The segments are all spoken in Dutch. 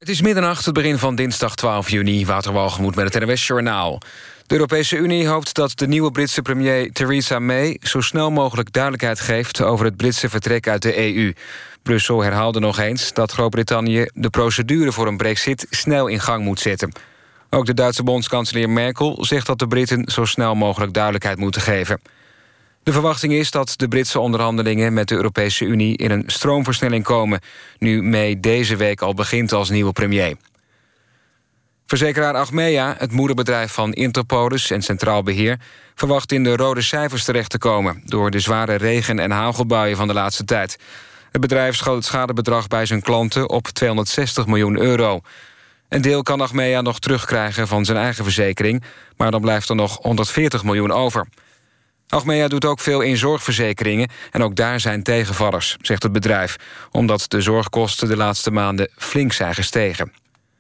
Het is middernacht, het begin van dinsdag 12 juni. Wouter Walgemoed met het NOS Journaal. De Europese Unie hoopt dat de nieuwe Britse premier Theresa May zo snel mogelijk duidelijkheid geeft over het Britse vertrek uit de EU. Brussel herhaalde nog eens dat Groot-Brittannië de procedure voor een brexit snel in gang moet zetten. Ook de Duitse bondskanselier Merkel zegt dat de Britten zo snel mogelijk duidelijkheid moeten geven. De verwachting is dat de Britse onderhandelingen met de Europese Unie in een stroomversnelling komen, nu May deze week al begint als nieuwe premier. Verzekeraar Achmea, het moederbedrijf van Interpolis en Centraal Beheer, verwacht in de rode cijfers terecht te komen door de zware regen- en hagelbuien van de laatste tijd. Het bedrijf schat het schadebedrag bij zijn klanten op 260 miljoen euro. Een deel kan Achmea nog terugkrijgen van zijn eigen verzekering, maar dan blijft er nog 140 miljoen over. Achmea doet ook veel in zorgverzekeringen en ook daar zijn tegenvallers, zegt het bedrijf, omdat de zorgkosten de laatste maanden flink zijn gestegen.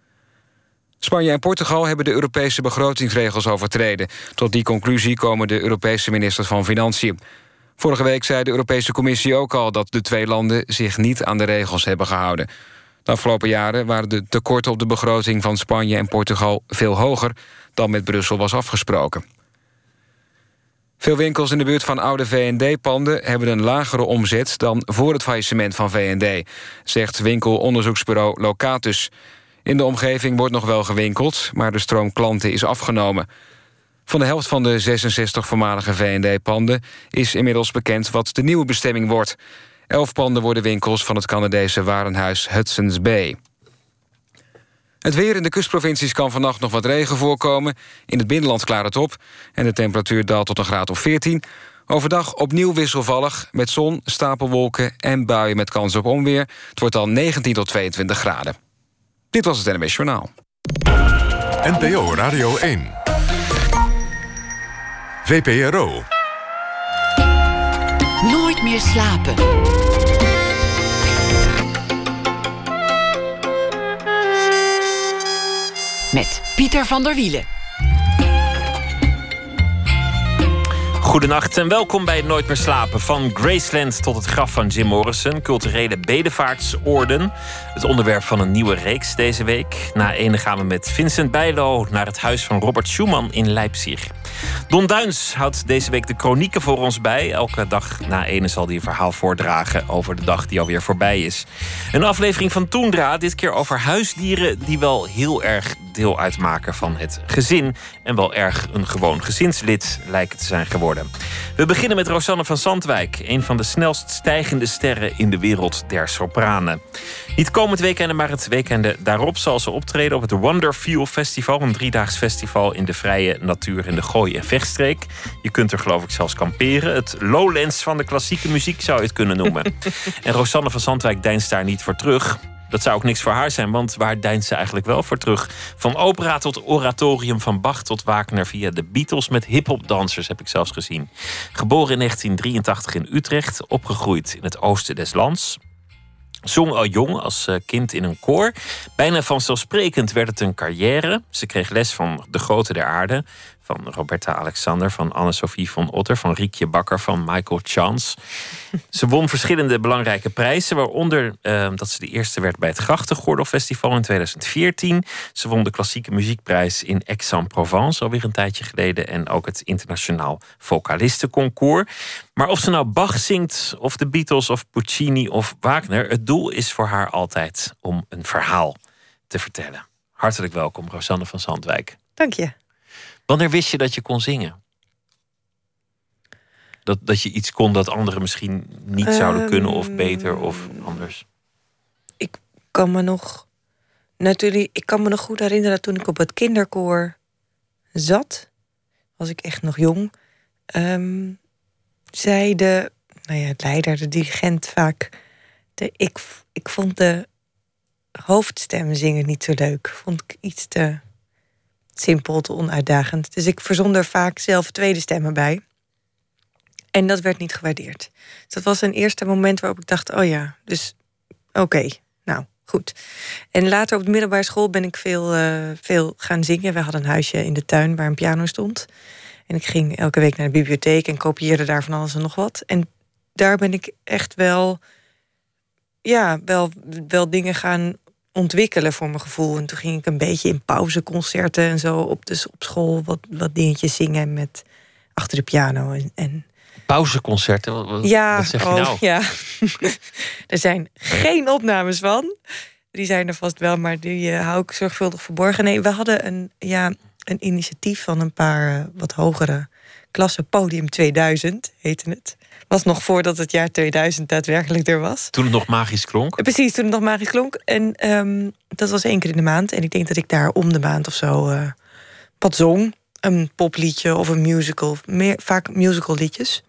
Spanje en Portugal hebben de Europese begrotingsregels overtreden. Tot die conclusie komen de Europese ministers van Financiën. Vorige week zei de Europese Commissie ook al dat de twee landen zich niet aan de regels hebben gehouden. De afgelopen jaren waren de tekorten op de begroting van Spanje en Portugal veel hoger dan met Brussel was afgesproken. Veel winkels in de buurt van oude V&D-panden hebben een lagere omzet dan voor het faillissement van V&D, zegt winkelonderzoeksbureau Locatus. In de omgeving wordt nog wel gewinkeld, maar de stroom klanten is afgenomen. Van de helft van de 66 voormalige V&D-panden is inmiddels bekend wat de nieuwe bestemming wordt. 11 panden worden winkels van het Canadese warenhuis Hudson's Bay. Het weer in de kustprovincies kan vannacht nog wat regen voorkomen. In het binnenland klaart het op en de temperatuur daalt tot een graad of 14. Overdag opnieuw wisselvallig met zon, stapelwolken en buien met kans op onweer. Het wordt dan 19 tot 22 graden. Dit was het NMS Journaal. NPO Radio 1. VPRO. Nooit meer slapen. Met Pieter van der Wielen. Goedenacht en welkom bij Nooit meer slapen. Van Graceland tot het graf van Jim Morrison. Culturele bedevaartsoorden. Het onderwerp van een nieuwe reeks deze week. Na ene gaan we met Vincent Bijlo naar het huis van Robert Schumann in Leipzig. Don Duins houdt deze week de kronieken voor ons bij. Elke dag na ene zal hij een verhaal voordragen over de dag die alweer voorbij is. Een aflevering van Toendra, dit keer over huisdieren die wel heel erg deel uitmaken van het gezin. En wel erg een gewoon gezinslid lijken te zijn geworden. We beginnen met Rosanne van Zandwijk. Een van de snelst stijgende sterren in de wereld der sopranen. Niet komend weekend, maar het weekend daarop zal ze optreden op het Wonderfuel Festival. Een 3-daags festival in de vrije natuur in de Gooi- en Vechtstreek. Je kunt er geloof ik zelfs kamperen. Het Lowlands van de klassieke muziek zou je het kunnen noemen. En Rosanne van Zandwijk deinst daar niet voor terug. Dat zou ook niks voor haar zijn, want waar deinst ze eigenlijk wel voor terug? Van opera tot oratorium, van Bach tot Wagner, via de Beatles met hiphopdansers heb ik zelfs gezien. Geboren in 1983 in Utrecht, opgegroeid in het oosten des lands. Zong al jong als kind in een koor. Bijna vanzelfsprekend werd het een carrière. Ze kreeg les van de grote der aarde. Van Roberta Alexander, van Anne-Sophie von Otter, van Riekje Bakker, van Michael Chance. Ze won verschillende belangrijke prijzen, waaronder dat ze de eerste werd bij het Grachtengordelfestival in 2014. Ze won de klassieke muziekprijs in Aix-en-Provence, alweer een tijdje geleden. En ook het internationaal vocalistenconcours. Maar of ze nou Bach zingt, of de Beatles, of Puccini, of Wagner, het doel is voor haar altijd om een verhaal te vertellen. Hartelijk welkom, Rosanne van Zandwijk. Dank je. Wanneer wist je dat je kon zingen? Dat je iets kon dat anderen misschien niet zouden kunnen, of beter, of anders? Ik kan me nog goed herinneren dat toen ik op het kinderkoor zat, was ik echt nog jong, zei de leider, de dirigent vaak, ik vond de hoofdstem zingen niet zo leuk. Vond ik iets te simpel, te onuitdagend. Dus ik verzon er vaak zelf tweede stemmen bij. En dat werd niet gewaardeerd. Dus dat was een eerste moment waarop ik dacht, oh ja, dus oké, nou, goed. En later op de middelbare school ben ik veel gaan zingen. We hadden een huisje in de tuin waar een piano stond. En ik ging elke week naar de bibliotheek en kopieerde daar van alles en nog wat. En daar ben ik echt wel dingen gaan ontwikkelen voor mijn gevoel. En toen ging ik een beetje in pauzeconcerten en zo op school wat dingetjes zingen met achter de piano. En Pauzeconcerten? Wat zeg je nou? Ja. Er zijn geen opnames van. Die zijn er vast wel, maar die hou ik zorgvuldig verborgen. Nee, we hadden een initiatief van een paar wat hogere klassen. Podium 2000 heette het. Was nog voordat het jaar 2000 daadwerkelijk er was. Toen het nog magisch klonk? Precies, toen het nog magisch klonk. En dat was 1 keer in de maand. En ik denk dat ik daar om de maand of zo wat zong. Een popliedje of een musical. Vaak musical liedjes.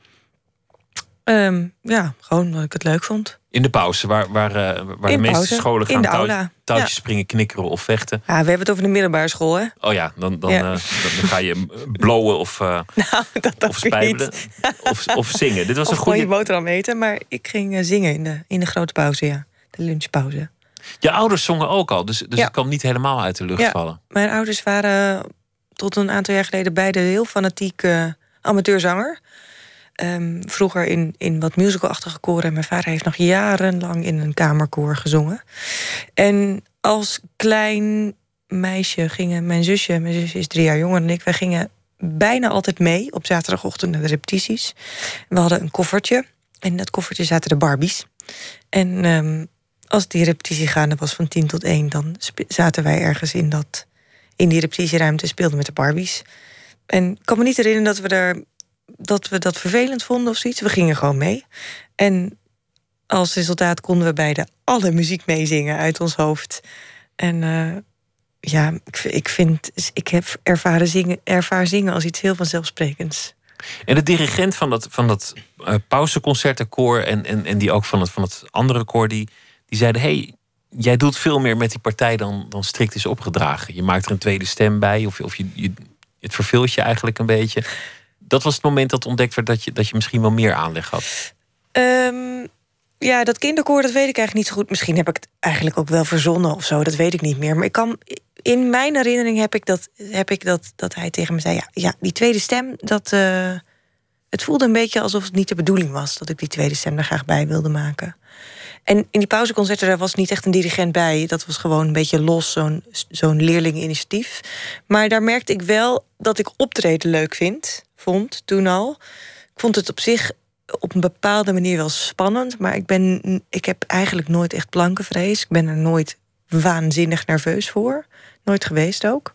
Gewoon omdat ik het leuk vond. In de pauze, waar de meeste scholen gaan touwtjes springen, knikkeren of vechten. Ja, we hebben het over de middelbare school, hè? Oh ja, dan ga je blowen of spijbelen of zingen. Dit was of een goede... je boterham eten, maar ik ging zingen in de grote pauze, ja. De lunchpauze. Je ouders zongen ook al, dus het kwam niet helemaal uit de lucht vallen. Mijn ouders waren tot een aantal jaar geleden beide heel fanatiek amateurzanger. Vroeger in wat musicalachtige koren. En mijn vader heeft nog jarenlang in een kamerkoor gezongen. En als klein meisje gingen mijn zusje is 3 jaar jonger dan ik, wij gingen bijna altijd mee op zaterdagochtend naar de repetities. We hadden een koffertje. En in dat koffertje zaten de Barbies. En als die repetitie gaande was van 10 tot 1... dan zaten wij ergens in die repetitieruimte en speelden met de Barbies. En ik kan me niet herinneren dat we dat vervelend vonden of zoiets. We gingen gewoon mee. En als resultaat konden we beide alle muziek meezingen uit ons hoofd. En ik heb ervaren zingen als iets heel vanzelfsprekends. En de dirigent van dat pauzeconcertenkoor en die ook van het andere koor, die zeiden: hey, jij doet veel meer met die partij dan strikt is opgedragen. Je maakt er een tweede stem bij, of het verveelt je eigenlijk een beetje. Dat was het moment dat ontdekt werd dat je misschien wel meer aanleg had. Dat kinderkoor, dat weet ik eigenlijk niet zo goed. Misschien heb ik het eigenlijk ook wel verzonnen of zo. Dat weet ik niet meer. Maar in mijn herinnering heb ik dat hij tegen me zei: ja, die tweede stem, het voelde een beetje alsof het niet de bedoeling was dat ik die tweede stem er graag bij wilde maken. En in die pauzeconcerten, daar was niet echt een dirigent bij. Dat was gewoon een beetje los, zo'n leerlingeninitiatief. Maar daar merkte ik wel dat ik optreden leuk vond toen al. Ik vond het op zich op een bepaalde manier wel spannend. Maar ik heb eigenlijk nooit echt plankenvrees. Ik ben er nooit waanzinnig nerveus voor. Nooit geweest ook.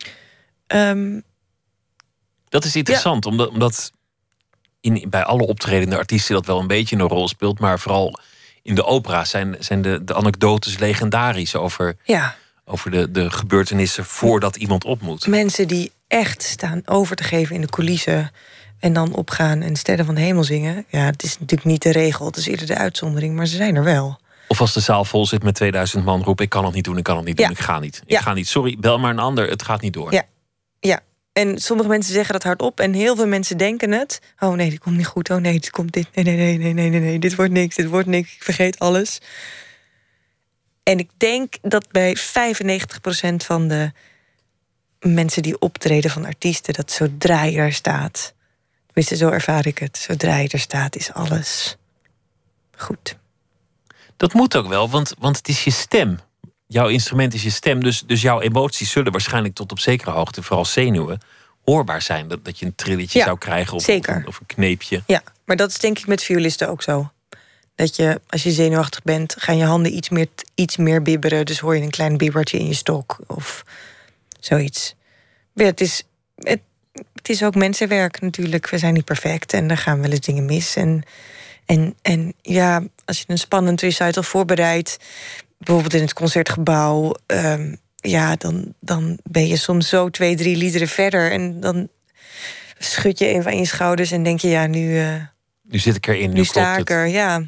Dat is interessant, omdat bij alle optredende artiesten dat wel een beetje een rol speelt. Maar vooral in de opera zijn de anekdotes legendarisch over de gebeurtenissen voordat iemand op moet. Mensen die echt staan over te geven in de coulissen en dan opgaan en Sterren van de Hemel zingen. Ja, het is natuurlijk niet de regel, het is eerder de uitzondering, maar ze zijn er wel. Of als de zaal vol zit met 2000 man roepen: ik kan het niet doen, ik kan het niet doen, ik ga niet. Ik ga niet, sorry, bel maar een ander, het gaat niet door. Ja. En sommige mensen zeggen dat hardop en heel veel mensen denken het. Oh nee, dit komt niet goed. Oh nee, dit komt dit. Nee, dit wordt niks, ik vergeet alles. En ik denk dat bij 95% van de mensen die optreden van artiesten, dat zodra je er staat, tenminste zo ervaar ik het, zodra je er staat is alles goed. Dat moet ook wel, want het is je stem. Jouw instrument is je stem, dus jouw emoties zullen waarschijnlijk tot op zekere hoogte, vooral zenuwen, hoorbaar zijn. Dat je een trilletje zou krijgen of een kneepje. Ja, maar dat is denk ik met violisten ook zo. Dat je, als je zenuwachtig bent, gaan je handen iets meer bibberen. Dus hoor je een klein bibbertje in je stok of zoiets. Ja, het is ook mensenwerk natuurlijk. We zijn niet perfect en er gaan wel eens dingen mis. En ja, als je een spannend recital voorbereidt, bijvoorbeeld in het concertgebouw, dan ben je soms zo 2-3 liederen verder en dan schud je even aan je schouders en denk je, ja, nu zit ik erin, nu sta ik er, ja.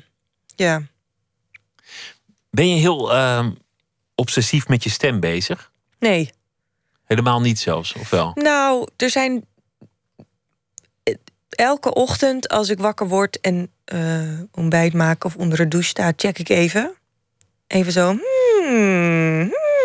Ben je heel obsessief met je stem bezig? Nee. Helemaal niet zelfs, of wel? Nou, er zijn elke ochtend als ik wakker word en ontbijt maak of onder de douche sta, check ik even zo.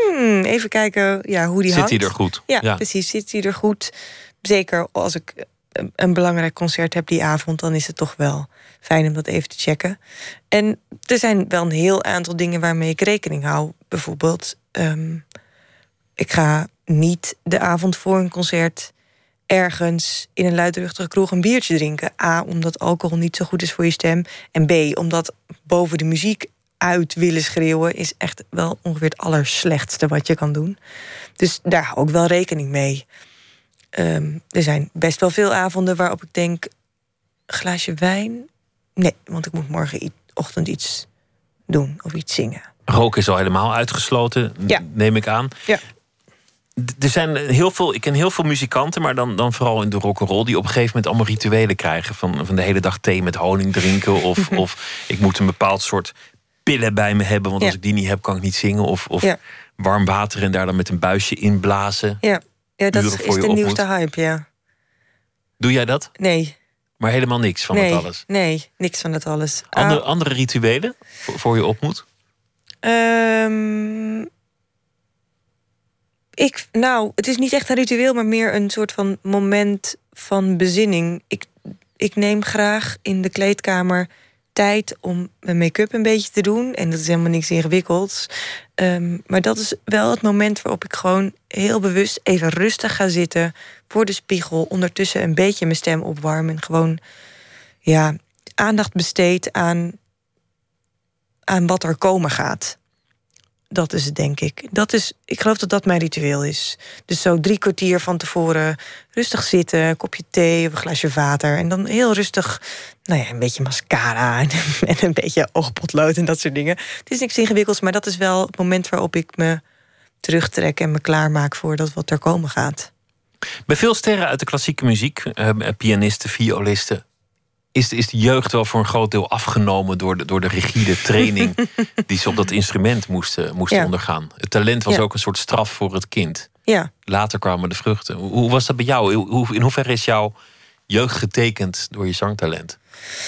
Even kijken hoe die hangt. Zit hij er goed? Ja, precies. Zit hij er goed? Zeker als ik een belangrijk concert heb die avond, dan is het toch wel fijn om dat even te checken. En er zijn wel een heel aantal dingen waarmee ik rekening hou. Bijvoorbeeld, ik ga niet de avond voor een concert ergens in een luidruchtige kroeg een biertje drinken. A, omdat alcohol niet zo goed is voor je stem. En B, omdat boven de muziek uit willen schreeuwen is echt wel ongeveer het allerslechtste wat je kan doen. Dus daar hou ik wel rekening mee. Er zijn best wel veel avonden waarop ik denk, een glaasje wijn? Nee, want ik moet morgenochtend iets doen of iets zingen. Roken is al helemaal uitgesloten, neem ik aan. Ja. Er zijn ik ken heel veel muzikanten, maar dan vooral in de rock'n'roll, die op een gegeven moment allemaal rituelen krijgen. Van de hele dag thee met honing drinken. Of ik moet een bepaald soort pillen bij me hebben, want als ik die niet heb, kan ik niet zingen. Of warm water en daar dan met een buisje inblazen. Ja, dat is de nieuwste hype, ja. Doe jij dat? Nee. Maar helemaal niks van dat alles? Nee, niks van dat alles. Andere rituelen voor je op moet? Het is niet echt een ritueel, maar meer een soort van moment van bezinning. Ik neem graag in de kleedkamer tijd om mijn make-up een beetje te doen. En dat is helemaal niks ingewikkelds. Maar dat is wel het moment waarop ik gewoon heel bewust even rustig ga zitten voor de spiegel. Ondertussen een beetje mijn stem opwarmen. En gewoon aandacht besteed aan wat er komen gaat. Dat is het, denk ik. Ik geloof dat dat mijn ritueel is. Dus zo 3 kwartier van tevoren rustig zitten, een kopje thee of een glaasje water. En dan heel rustig, een beetje mascara en een beetje oogpotlood en dat soort dingen. Het is niks ingewikkelds, maar dat is wel het moment waarop ik me terugtrek en me klaarmaak voor dat wat er komen gaat. Bij veel sterren uit de klassieke muziek, pianisten, violisten, is de jeugd wel voor een groot deel afgenomen door de rigide training die ze op dat instrument moesten ondergaan. Het talent was ook een soort straf voor het kind. Ja. Later kwamen de vruchten. Hoe was dat bij jou? In hoeverre is jouw jeugd getekend door je zangtalent?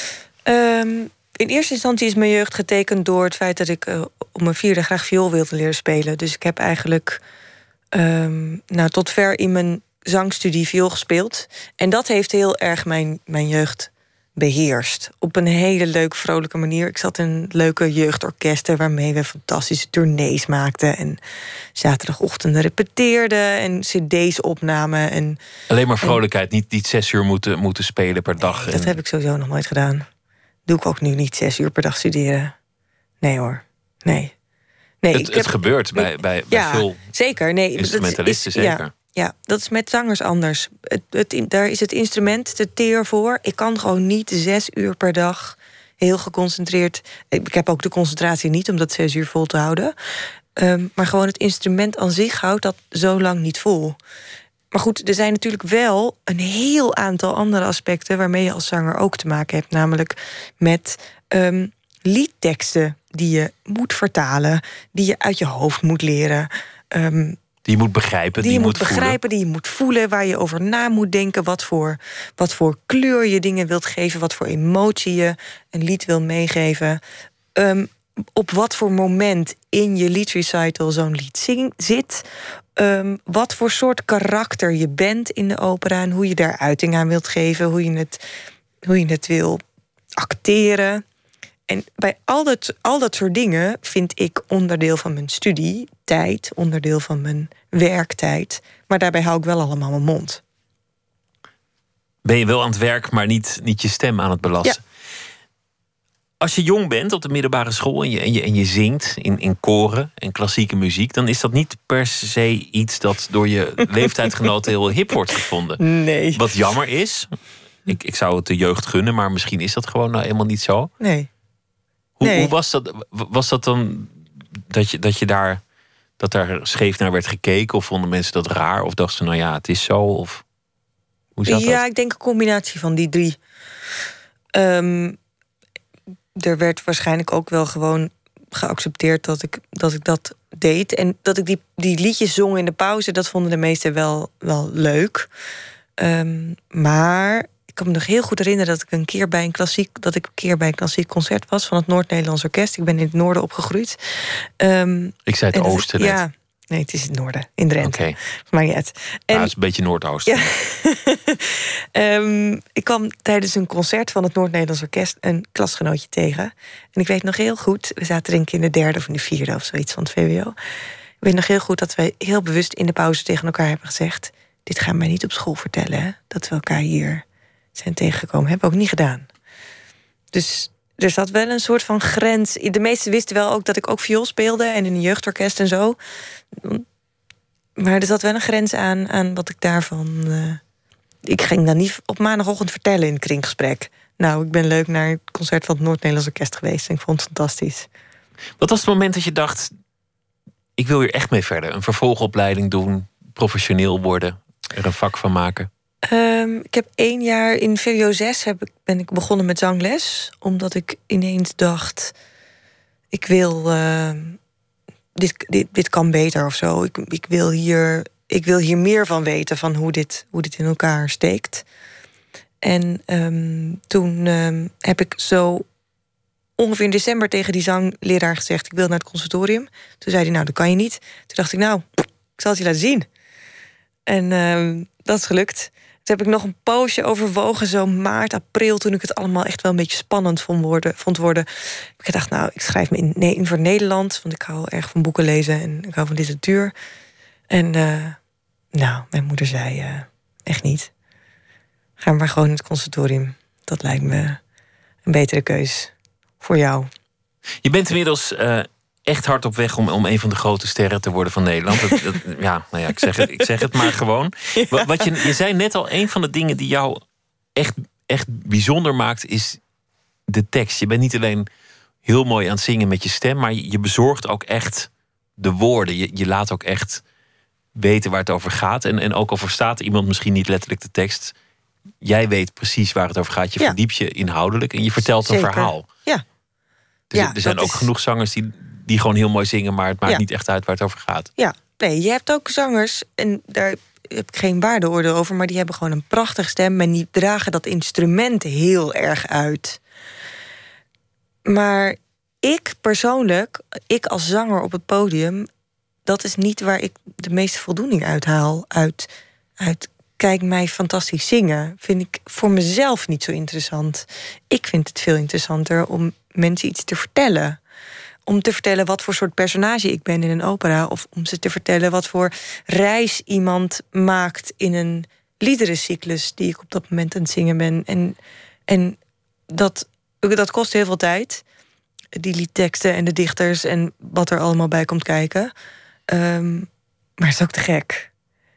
In eerste instantie is mijn jeugd getekend door het feit dat ik op mijn 4e graag viool wilde leren spelen. Dus ik heb eigenlijk tot ver in mijn zangstudie viool gespeeld. En dat heeft heel erg mijn jeugd beheerst. Op een hele leuke, vrolijke manier. Ik zat in leuke jeugdorkesten waarmee we fantastische tournees maakten. En zaterdagochtenden repeteerden en cd's opnamen. Alleen maar vrolijkheid, niet 6 uur moeten spelen per dag. Dat heb ik sowieso nog nooit gedaan. Doe ik ook nu niet 6 uur per dag studeren. Nee hoor, nee. Het gebeurt bij veel zeker. instrumentalisten, zeker. Ja, dat is met zangers anders. Daar is het instrument te teer voor. Ik kan gewoon niet 6 uur per dag heel geconcentreerd. Ik heb ook de concentratie niet om dat 6 uur vol te houden. Maar gewoon het instrument aan zich houdt dat zo lang niet vol. Maar goed, er zijn natuurlijk wel een heel aantal andere aspecten waarmee je als zanger ook te maken hebt. Namelijk met liedteksten die je moet vertalen, die je uit je hoofd moet leren. Die je moet begrijpen, die je moet voelen, waar je over na moet denken, wat voor kleur je dingen wilt geven, wat voor emotie je een lied wil meegeven. Op wat voor moment in je liedrecital zo'n lied zit. Wat voor soort karakter je bent in de opera en hoe je daar uiting aan wilt geven, hoe je het wil acteren. En bij al dat soort dingen vind ik onderdeel van mijn studietijd, onderdeel van mijn werktijd. Maar daarbij hou ik wel allemaal mijn mond. Ben je wel aan het werk, maar niet je stem aan het belasten? Ja. Als je jong bent op de middelbare school en je zingt in koren en klassieke muziek, dan is dat niet per se iets dat door je leeftijdsgenoten heel hip wordt gevonden. Nee. Wat jammer is. Ik zou het de jeugd gunnen, maar misschien is dat gewoon nou eenmaal niet zo. Nee. Hoe was dat? Was dat dan dat daar scheef naar werd gekeken? Of vonden mensen dat raar? Of dachten ze, het is zo? Of hoe zat dat? Ja, ik denk een combinatie van die 3. Er werd waarschijnlijk ook wel gewoon geaccepteerd dat ik dat deed. En dat ik die liedjes zong in de pauze, dat vonden de meesten wel leuk. Maar ik kan me nog heel goed herinneren dat ik een keer bij een klassiek concert was van het Noord-Nederlands Orkest. Ik ben in het noorden opgegroeid. Ik zei het oosten net. Ja, Nee, het is in het noorden, in Drenthe. Oké. Maar niet uit. En Het is een beetje Noordoosten. ja. Ik kwam tijdens een concert van het Noord-Nederlands Orkest een klasgenootje tegen. En ik weet nog heel goed, we zaten denk ik in de 3e of in de 4e of zoiets van het VWO. Ik weet nog heel goed dat wij heel bewust in de pauze tegen elkaar hebben gezegd: dit gaan wij niet op school vertellen, hè, dat we elkaar hier zijn tegengekomen. Hebben we ook niet gedaan. Dus er zat wel een soort van grens. De meesten wisten wel ook dat ik ook viool speelde en in een jeugdorkest en zo. Maar er zat wel een grens aan wat ik daarvan. Ik ging dan niet op maandagochtend vertellen in het kringgesprek. Nou, ik ben leuk naar het concert van het Noord-Nederlands Orkest geweest en ik vond het fantastisch. Wat was het moment dat je dacht: ik wil hier echt mee verder? Een vervolgopleiding doen, professioneel worden, er een vak van maken? Ik heb 1 jaar in VWO 6 ben ik begonnen met zangles. Omdat ik ineens dacht: ik wil. Dit kan beter of zo. Ik wil hier meer van weten, van hoe dit in elkaar steekt. En toen heb ik zo ongeveer in december tegen die zangleraar gezegd: ik wil naar het conservatorium. Toen zei hij: nou, dat kan je niet. Toen dacht ik: nou, ik zal het je laten zien. En dat is gelukt. Toen heb ik nog een poosje overwogen, zo maart, april, toen ik het allemaal echt wel een beetje spannend vond worden. Heb ik gedacht: nou, ik schrijf me in voor Nederland, want ik hou erg van boeken lezen en ik hou van literatuur. En nou, mijn moeder zei: echt niet. Ga maar gewoon in het conservatorium. Dat lijkt me een betere keus voor jou. Je bent inmiddels echt hard op weg om een van de grote sterren te worden van Nederland. Ja, nou ja, ik zeg het maar gewoon. Ja. Wat je zei net al, een van de dingen die jou echt bijzonder maakt, is de tekst. Je bent niet alleen heel mooi aan het zingen met je stem, maar je bezorgt ook echt de woorden. Je laat ook echt weten waar het over gaat. En ook al verstaat iemand misschien niet letterlijk de tekst, jij weet precies waar het over gaat. Je verdiept je inhoudelijk en je vertelt een verhaal. Ja. Er zijn ook genoeg zangers die gewoon heel mooi zingen, maar het maakt niet echt uit waar het over gaat. Ja, nee, je hebt ook zangers, en daar heb ik geen waardeoordeel over, maar die hebben gewoon een prachtige stem en die dragen dat instrument heel erg uit. Maar ik persoonlijk, ik als zanger op het podium, dat is niet waar ik de meeste voldoening uit haal. Uit kijk mij fantastisch zingen, vind ik voor mezelf niet zo interessant. Ik vind het veel interessanter om mensen iets te vertellen. Om te vertellen wat voor soort personage ik ben in een opera, of om ze te vertellen wat voor reis iemand maakt in een liederencyclus die ik op dat moment aan het zingen ben. En dat kost heel veel tijd. Die liedteksten en de dichters en wat er allemaal bij komt kijken. Maar het is ook te gek.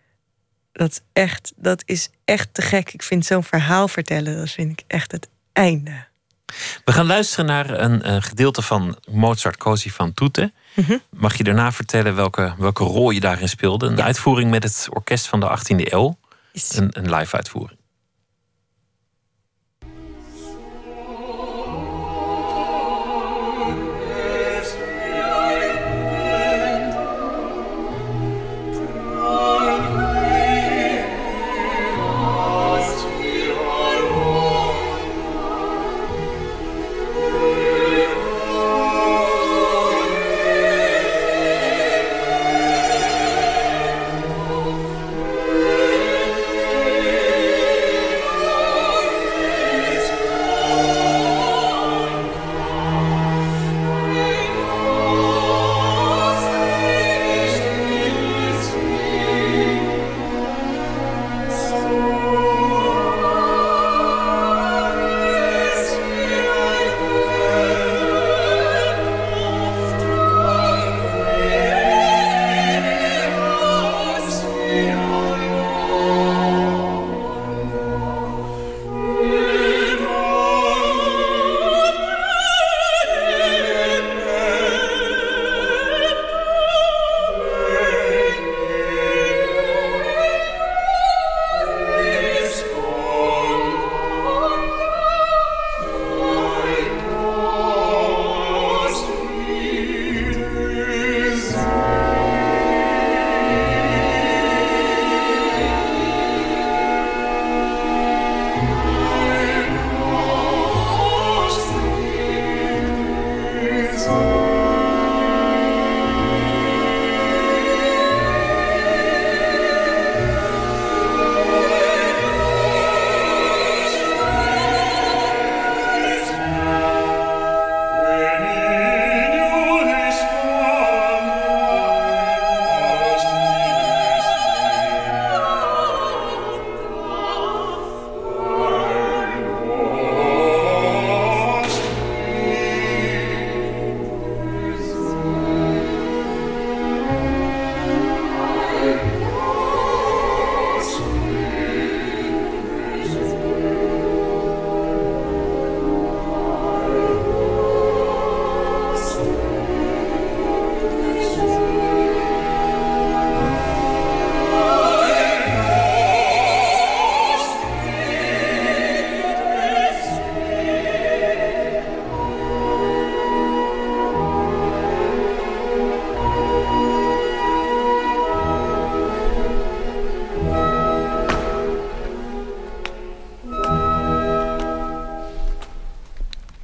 Dat is echt te gek. Ik vind zo'n verhaal vertellen, dat vind ik echt het einde. We gaan luisteren naar een gedeelte van Mozart Così fan tutte. Mag je daarna vertellen welke rol je daarin speelde? Een uitvoering met het orkest van de 18e eeuw. Een live uitvoering. Yeah.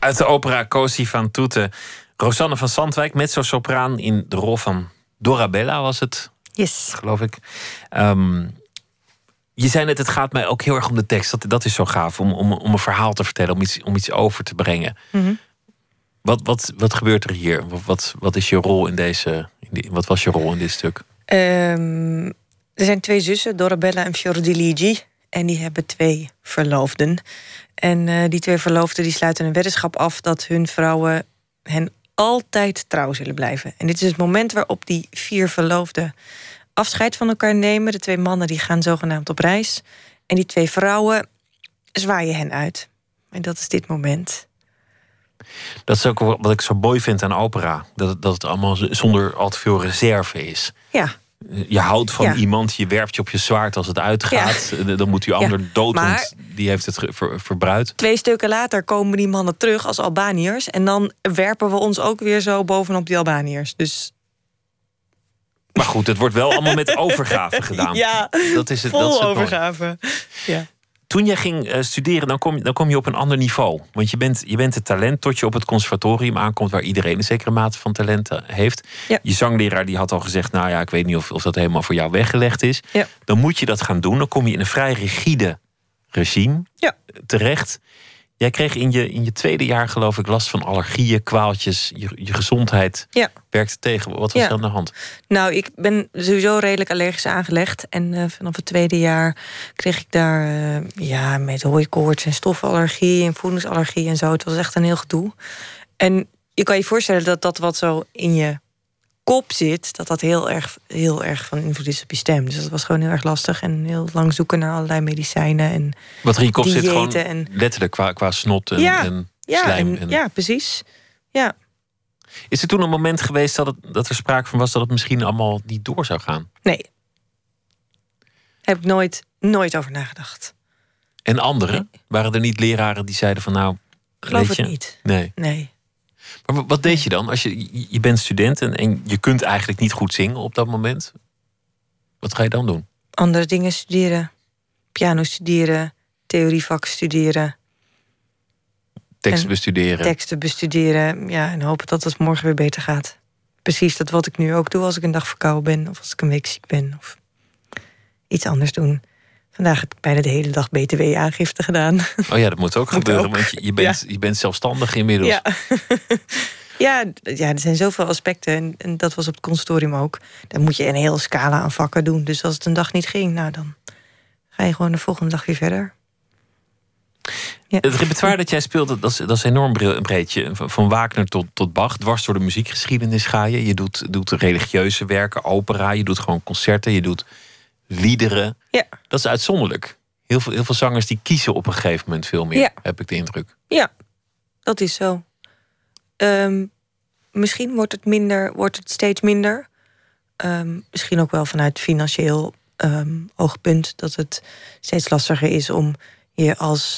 Uit de opera Cosi fan tutte. Rosanne van Zandwijk, mezzo-sopraan in de rol van Dorabella was het, Yes. geloof ik. Je zei net, het gaat mij ook heel erg om de tekst. Dat is zo gaaf, om een verhaal te vertellen, om iets over te brengen. Mm-hmm. Wat gebeurt er hier? Wat is je rol wat was je rol in dit stuk? Er zijn 2 zussen, Dorabella en Fiordiligi. En die hebben 2 verloofden. En die 2 verloofden die sluiten een weddenschap af dat hun vrouwen hen altijd trouw zullen blijven. En dit is het moment waarop die 4 verloofden afscheid van elkaar nemen. De 2 mannen die gaan zogenaamd op reis. En die 2 vrouwen zwaaien hen uit. En dat is dit moment. Dat is ook wat ik zo mooi vind aan opera. Dat het allemaal zonder al te veel reserve is. Ja. Je houdt van iemand, je werpt je op je zwaard als het uitgaat. Ja. Dan moet die ander dood, want die heeft het verbruikt. 2 stukken later komen die mannen terug als Albaniërs. En dan werpen we ons ook weer zo bovenop die Albaniërs. Dus... Maar goed, het wordt wel allemaal met overgave gedaan. Ja, dat is het, vol dat is het overgave. Ja. Toen jij ging studeren, dan kom je op een ander niveau. Want je bent het talent tot je op het conservatorium aankomt, waar iedereen een zekere mate van talent heeft. Ja. Je zangleraar die had al gezegd, nou ja, ik weet niet of dat helemaal voor jou weggelegd is. Ja. Dan moet je dat gaan doen. Dan kom je in een vrij rigide regime terecht. Jij kreeg in je 2e jaar, geloof ik, last van allergieën, kwaaltjes. Je gezondheid werkte tegen. Wat was er aan de hand? Nou, ik ben sowieso redelijk allergisch aangelegd. En vanaf het 2e jaar kreeg ik daar met hooikoorts en stofallergie en voedingsallergie en zo. Het was echt een heel gedoe. En je kan je voorstellen dat dat wat zo in je kop zit, dat heel erg van invloed is op je stem. Dus dat was gewoon heel erg lastig en heel lang zoeken naar allerlei medicijnen en wat er in je kop zit, gewoon letterlijk qua snot en slijm. Ja, precies. Ja. Is er toen een moment geweest dat er sprake van was dat het misschien allemaal niet door zou gaan? Nee. Heb ik nooit over nagedacht. En anderen? Nee. Waren er niet leraren die zeiden van nou... Geloof het niet. Nee. Maar wat deed je dan? Als je bent student en je kunt eigenlijk niet goed zingen op dat moment. Wat ga je dan doen? Andere dingen studeren. Piano studeren. Theorievak studeren. Teksten bestuderen. Teksten bestuderen. Ja, en hopen dat het morgen weer beter gaat. Precies dat wat ik nu ook doe als ik een dag verkouden ben. Of als ik een week ziek ben. Of iets anders doen. Vandaag heb ik bijna de hele dag BTW-aangifte gedaan. Oh ja, dat moet ook gebeuren, want je bent zelfstandig inmiddels. Ja. Er zijn zoveel aspecten. En dat was op het conservatorium ook. Dan moet je een hele scala aan vakken doen. Dus als het een dag niet ging, nou dan ga je gewoon de volgende dag weer verder. Ja. Het repertoire dat jij speelt, dat is enorm breed. Van Wagner tot Bach, dwars door de muziekgeschiedenis ga je. Je doet religieuze werken, opera, je doet gewoon concerten, je doet liederen. Ja. Dat is uitzonderlijk. Heel veel zangers die kiezen op een gegeven moment veel meer, heb ik de indruk. Ja, dat is zo. Misschien wordt het steeds minder. Misschien ook wel vanuit financieel oogpunt dat het steeds lastiger is om je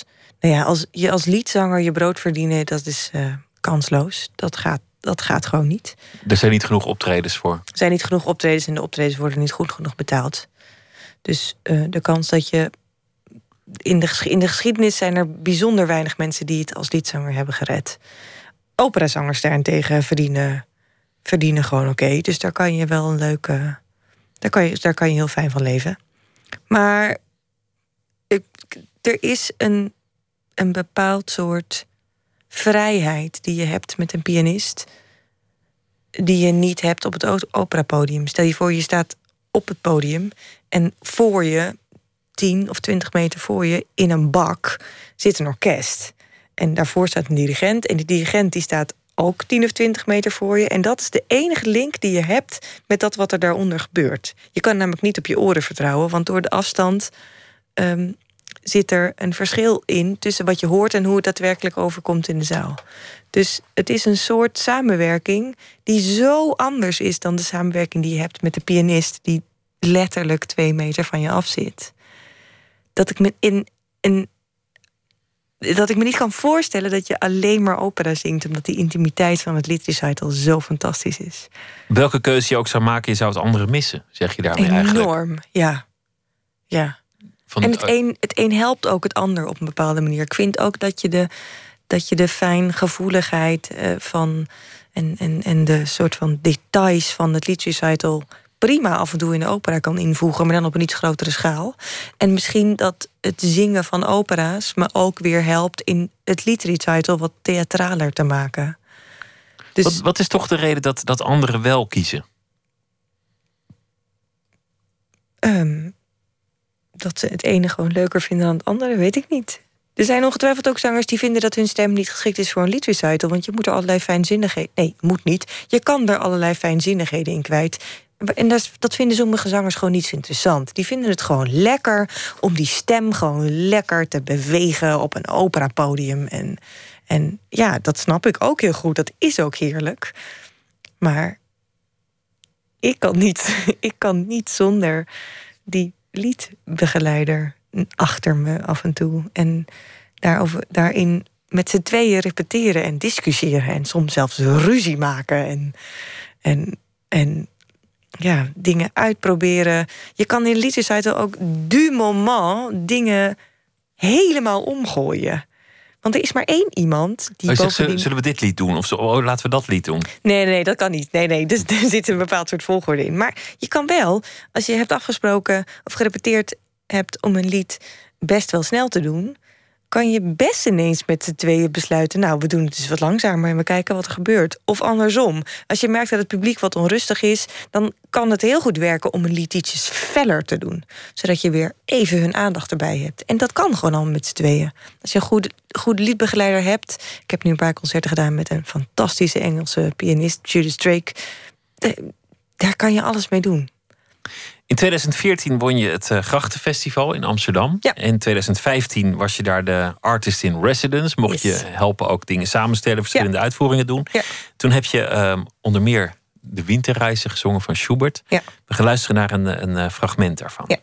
als liedzanger je brood verdienen. Dat is kansloos. Dat gaat gewoon niet. Er zijn niet genoeg optredens voor. Er zijn niet genoeg optredens en de optredens worden niet goed genoeg betaald. Dus de kans dat je... In de geschiedenis zijn er bijzonder weinig mensen die het als liedzanger hebben gered. Operazangers daarentegen verdienen gewoon oké. Dus daar kan je wel een leuke... Daar kan je heel fijn van leven. Maar er is een bepaald soort vrijheid die je hebt met een pianist, die je niet hebt op het operapodium. Stel je voor, je staat op het podium en voor je, 10 of 20 meter voor je, in een bak zit een orkest. En daarvoor staat een dirigent. En die dirigent die staat ook 10 of 20 meter voor je. En dat is de enige link die je hebt met dat wat er daaronder gebeurt. Je kan namelijk niet op je oren vertrouwen, want door de afstand zit er een verschil in tussen wat je hoort en hoe het daadwerkelijk overkomt in de zaal. Dus het is een soort samenwerking die zo anders is dan de samenwerking die je hebt met de pianist die letterlijk 2 meter van je af zit. Dat ik me niet kan voorstellen dat je alleen maar opera zingt, omdat die intimiteit van het liedrecital zo fantastisch is. Welke keuze je ook zou maken, je zou het andere missen, zeg je daarmee eigenlijk? Enorm, ja. En het een helpt ook het ander op een bepaalde manier. Ik vind ook dat je dat je de fijngevoeligheid van en de soort van details van het liedrecital prima af en toe in de opera kan invoegen, maar dan op een iets grotere schaal. En misschien dat het zingen van opera's me ook weer helpt in het liedrecital wat theatraler te maken. Dus wat is toch de reden dat anderen wel kiezen? Dat ze het ene gewoon leuker vinden dan het andere, weet ik niet. Er zijn ongetwijfeld ook zangers die vinden dat hun stem niet geschikt is voor een liedrecital, want je moet er allerlei fijnzinnigheden... Nee, moet niet. Je kan er allerlei fijnzinnigheden in kwijt. En dat vinden sommige zangers gewoon niet zo interessant. Die vinden het gewoon lekker om die stem gewoon lekker te bewegen op een operapodium. En ja, dat snap ik ook heel goed. Dat is ook heerlijk. Maar ik kan niet zonder die liedbegeleider achter me af en toe. En daarin met z'n tweeën repeteren en discussiëren. En soms zelfs ruzie maken. En ja, dingen uitproberen. Je kan in liedrecital ook du moment dingen helemaal omgooien. Want er is maar één iemand die bovendien... Zullen we dit lied doen? Of laten we dat lied doen? Nee, dat kan niet. Nee, dus er zit een bepaald soort volgorde in. Maar je kan wel, als je hebt afgesproken of gerepeteerd hebt om een lied best wel snel te doen, kan je best ineens met z'n tweeën besluiten, nou, we doen het dus wat langzamer en we kijken wat er gebeurt. Of andersom. Als je merkt dat het publiek wat onrustig is, dan kan het heel goed werken om een lied ietsjes feller te doen. Zodat je weer even hun aandacht erbij hebt. En dat kan gewoon allemaal met z'n tweeën. Als je een goede liedbegeleider hebt. Ik heb nu een paar concerten gedaan met een fantastische Engelse pianist, Judith Drake. Daar kan je alles mee doen. In 2014 won je het Grachtenfestival in Amsterdam. Ja. En in 2015 was je daar de artist in residence. Mocht je helpen ook dingen samenstellen, verschillende uitvoeringen doen. Ja. Toen heb je onder meer de Winterreise gezongen van Schubert. Ja. We gaan luisteren naar een fragment daarvan. Ja.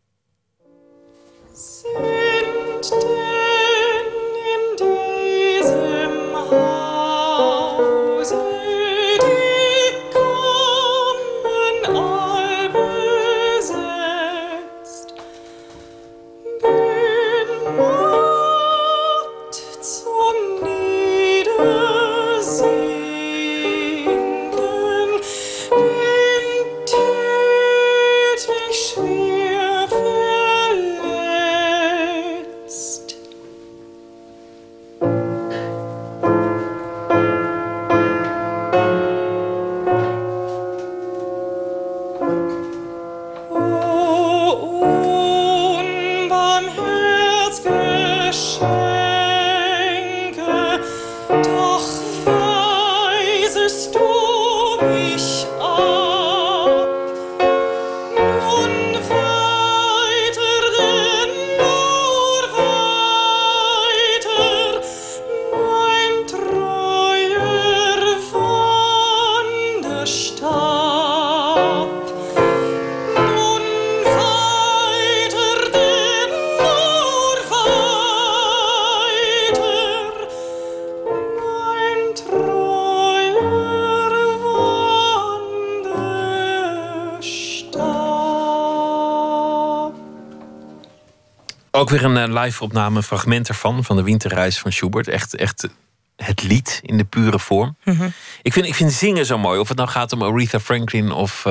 Ook weer een live opname, een fragment ervan, van de Winterreis van Schubert. Echt het lied in de pure vorm. Mm-hmm. Ik vind zingen zo mooi. Of het nou gaat om Aretha Franklin of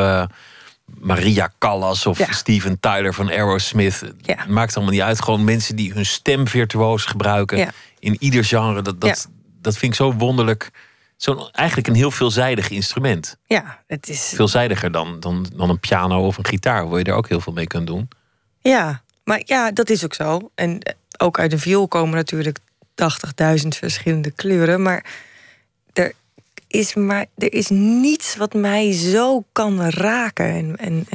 Maria Callas of Steven Tyler van Aerosmith. Ja. Maakt allemaal niet uit. Gewoon mensen die hun stem virtuoos gebruiken in ieder genre. Dat vind ik zo wonderlijk. Eigenlijk een heel veelzijdig instrument. Ja, het is veelzijdiger dan een piano of een gitaar, waar je er ook heel veel mee kunt doen. Ja, maar ja, dat is ook zo. En ook uit een viool komen natuurlijk 80.000 verschillende kleuren. Maar er is niets wat mij zo kan raken.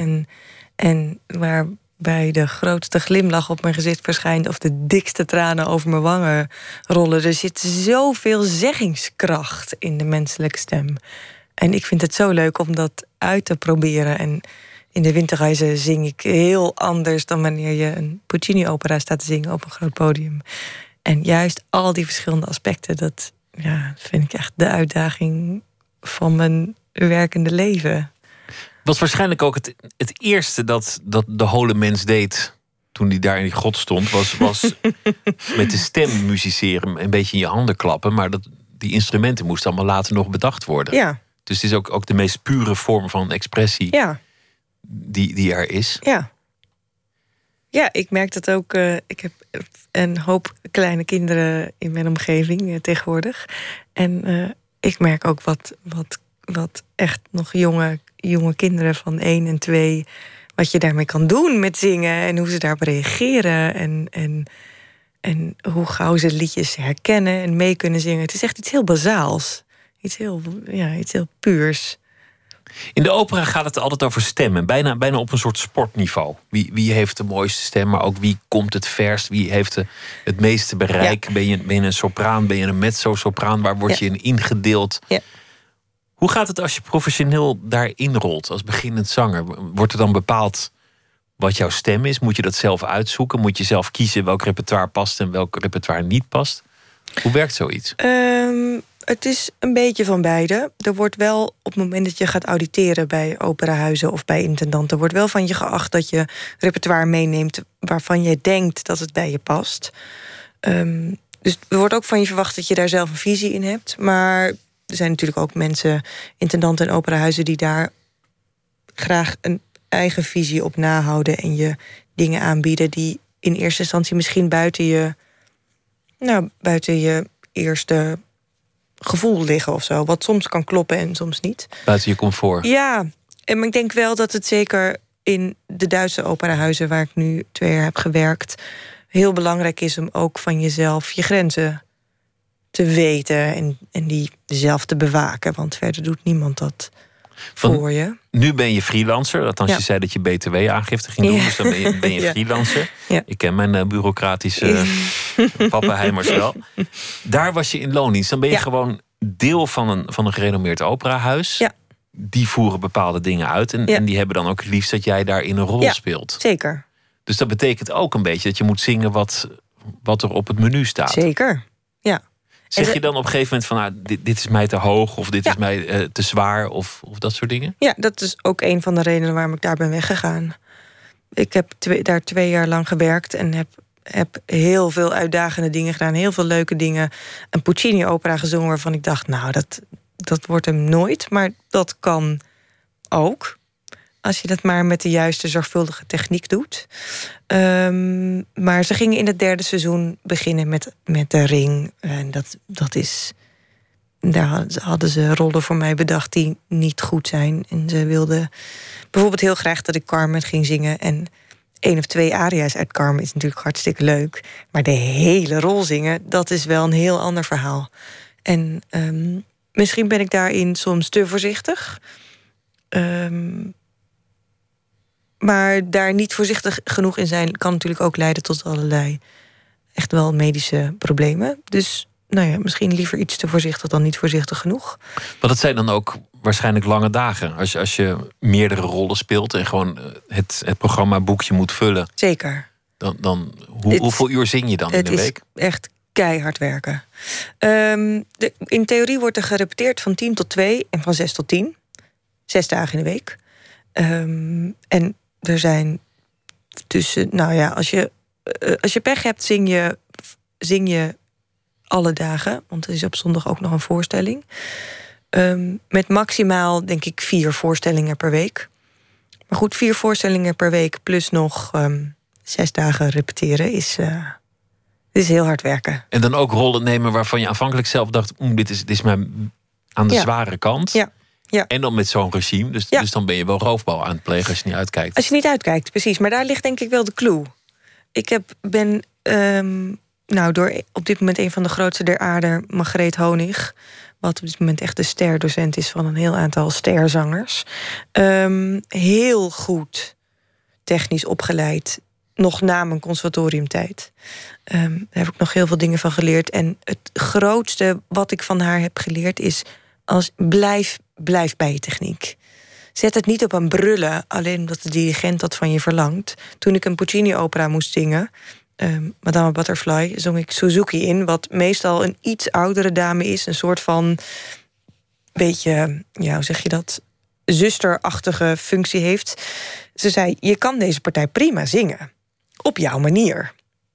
En waarbij de grootste glimlach op mijn gezicht verschijnt of de dikste tranen over mijn wangen rollen. Er zit zoveel zeggingskracht in de menselijke stem. En ik vind het zo leuk om dat uit te proberen. En in de Winterreise zing ik heel anders dan wanneer je een Puccini-opera staat te zingen op een groot podium. En juist al die verschillende aspecten, dat vind ik echt de uitdaging van mijn werkende leven. Was waarschijnlijk ook het eerste dat de Hole Mens deed toen hij daar in die grot stond, was met de stem musiceren, een beetje in je handen klappen. Maar die instrumenten moesten allemaal later nog bedacht worden. Ja. Dus het is ook de meest pure vorm van expressie die er is. Ja. Ja, ik merk dat ook. Ik heb een hoop kleine kinderen in mijn omgeving tegenwoordig. En ik merk ook wat echt nog jonge kinderen van 1 en 2... wat je daarmee kan doen met zingen en hoe ze daarop reageren. En hoe gauw ze liedjes herkennen en mee kunnen zingen. Het is echt iets heel bazaals. Iets heel puurs. In de opera gaat het altijd over stemmen. Bijna op een soort sportniveau. Wie heeft de mooiste stem, maar ook wie komt het verst? Wie heeft het meeste bereik? Ja. Ben je een sopraan? Ben je een mezzo-sopraan? Waar word je in ingedeeld? Ja. Hoe gaat het als je professioneel daarin rolt? Als beginnend zanger? Wordt er dan bepaald wat jouw stem is? Moet je dat zelf uitzoeken? Moet je zelf kiezen welk repertoire past en welk repertoire niet past? Hoe werkt zoiets? Het is een beetje van beide. Er wordt wel, op het moment dat je gaat auditeren bij operahuizen of bij intendanten, wordt wel van je geacht dat je repertoire meeneemt waarvan je denkt dat het bij je past. Dus er wordt ook van je verwacht dat je daar zelf een visie in hebt. Maar er zijn natuurlijk ook mensen, intendanten en operahuizen, die daar graag een eigen visie op nahouden en je dingen aanbieden die in eerste instantie misschien buiten je eerste gevoel liggen of zo. Wat soms kan kloppen en soms niet. Buiten je comfort. Ja, en ik denk wel dat het zeker in de Duitse operahuizen waar ik nu 2 jaar heb gewerkt heel belangrijk is om ook van jezelf je grenzen te weten en die zelf te bewaken. Want verder doet niemand dat voor je. Nu ben je freelancer. Althans, je zei dat je BTW-aangifte ging doen. Dus dan ben je freelancer. Ja. Ik ken mijn bureaucratische pappenheimers wel. Daar was je in loondienst. Dan ben je gewoon deel van een gerenommeerd operahuis. Ja. Die voeren bepaalde dingen uit. En die hebben dan ook het liefst dat jij daarin een rol speelt. Zeker. Dus dat betekent ook een beetje dat je moet zingen wat er op het menu staat. Zeker, ja. Zeg je dan op een gegeven moment van dit is mij te hoog of dit is mij te zwaar of dat soort dingen? Ja, dat is ook een van de redenen waarom ik daar ben weggegaan. Ik heb daar 2 jaar lang gewerkt en heb heel veel uitdagende dingen gedaan. Heel veel leuke dingen. Een Puccini-opera gezongen waarvan ik dacht, nou, dat wordt hem nooit. Maar dat kan ook. Als je dat maar met de juiste zorgvuldige techniek doet. Maar ze gingen in het 3e seizoen beginnen met de Ring. En dat is... Daar hadden ze rollen voor mij bedacht die niet goed zijn. En ze wilden bijvoorbeeld heel graag dat ik Carmen ging zingen. En 1 of 2 aria's uit Carmen is natuurlijk hartstikke leuk. Maar de hele rol zingen, dat is wel een heel ander verhaal. En misschien ben ik daarin soms te voorzichtig. Maar daar niet voorzichtig genoeg in zijn kan natuurlijk ook leiden tot allerlei echt wel medische problemen. Dus misschien liever iets te voorzichtig dan niet voorzichtig genoeg. Maar dat zijn dan ook waarschijnlijk lange dagen. Als je meerdere rollen speelt en gewoon het programmaboekje moet vullen. Zeker. Hoeveel uur zing je dan in de week? Het is echt keihard werken. In theorie wordt er gerepeteerd van 10 tot 2 en van 6 tot 10. 6 dagen in de week. En er zijn tussen... als je pech hebt, zing je alle dagen. Want er is op zondag ook nog een voorstelling. Met maximaal, denk ik, 4 voorstellingen per week. Maar goed, 4 voorstellingen per week plus nog 6 dagen repeteren is heel hard werken. En dan ook rollen nemen waarvan je aanvankelijk zelf dacht, dit is mij aan de zware kant. Ja. Ja. En dan met zo'n regime. Dus dan ben je wel roofbouw aan het plegen als je niet uitkijkt. Als je niet uitkijkt, precies. Maar daar ligt denk ik wel de clue. Ik ben door op dit moment een van de grootste der aarde, Margreet Honig, wat op dit moment echt de sterdocent is van een heel aantal sterzangers. Heel goed technisch opgeleid. Nog na mijn conservatoriumtijd. Daar heb ik nog heel veel dingen van geleerd. En het grootste wat ik van haar heb geleerd is, blijf bij je techniek. Zet het niet op aan brullen, alleen omdat de dirigent dat van je verlangt. Toen ik een Puccini-opera moest zingen, Madame Butterfly, zong ik Suzuki in, wat meestal een iets oudere dame is. Een soort van, beetje, hoe zeg je dat, zusterachtige functie heeft. Ze zei, je kan deze partij prima zingen. op jouw manier.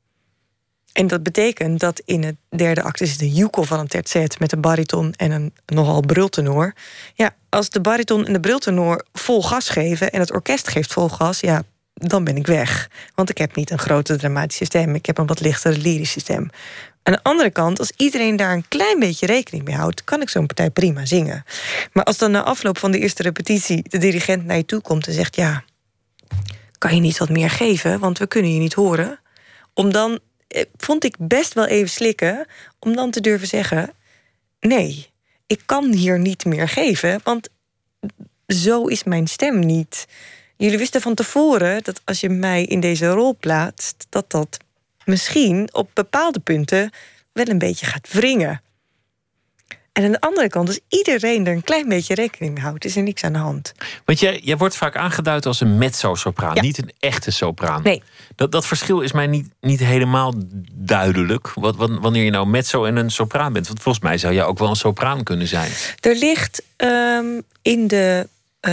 En dat betekent dat in het derde acte zit een joekel van een tercet met een bariton en een nogal brultenor. Ja, als de bariton en de brultenor vol gas geven en het orkest geeft vol gas, ja, dan ben ik weg. Want ik heb niet een grote dramatische stem, ik heb een wat lichtere lyrische stem. Aan de andere kant, als iedereen daar een klein beetje rekening mee houdt, kan ik zo'n partij prima zingen. Maar als dan na afloop van de eerste repetitie de dirigent naar je toe komt en zegt, ja, kan je niet wat meer geven, want we kunnen je niet horen. Om dan, vond ik best wel even slikken, om dan te durven zeggen, nee, ik kan hier niet meer geven, want zo is mijn stem niet. Jullie wisten van tevoren dat als je mij in deze rol plaatst, dat misschien op bepaalde punten wel een beetje gaat wringen. En aan de andere kant, als iedereen er een klein beetje rekening mee houdt, is er niks aan de hand. Want jij wordt vaak aangeduid als een mezzo-sopraan, niet een echte sopraan. Nee. Dat verschil is mij niet helemaal duidelijk. Wanneer je nou mezzo en een sopraan bent. Want volgens mij zou jij ook wel een sopraan kunnen zijn. Er ligt in de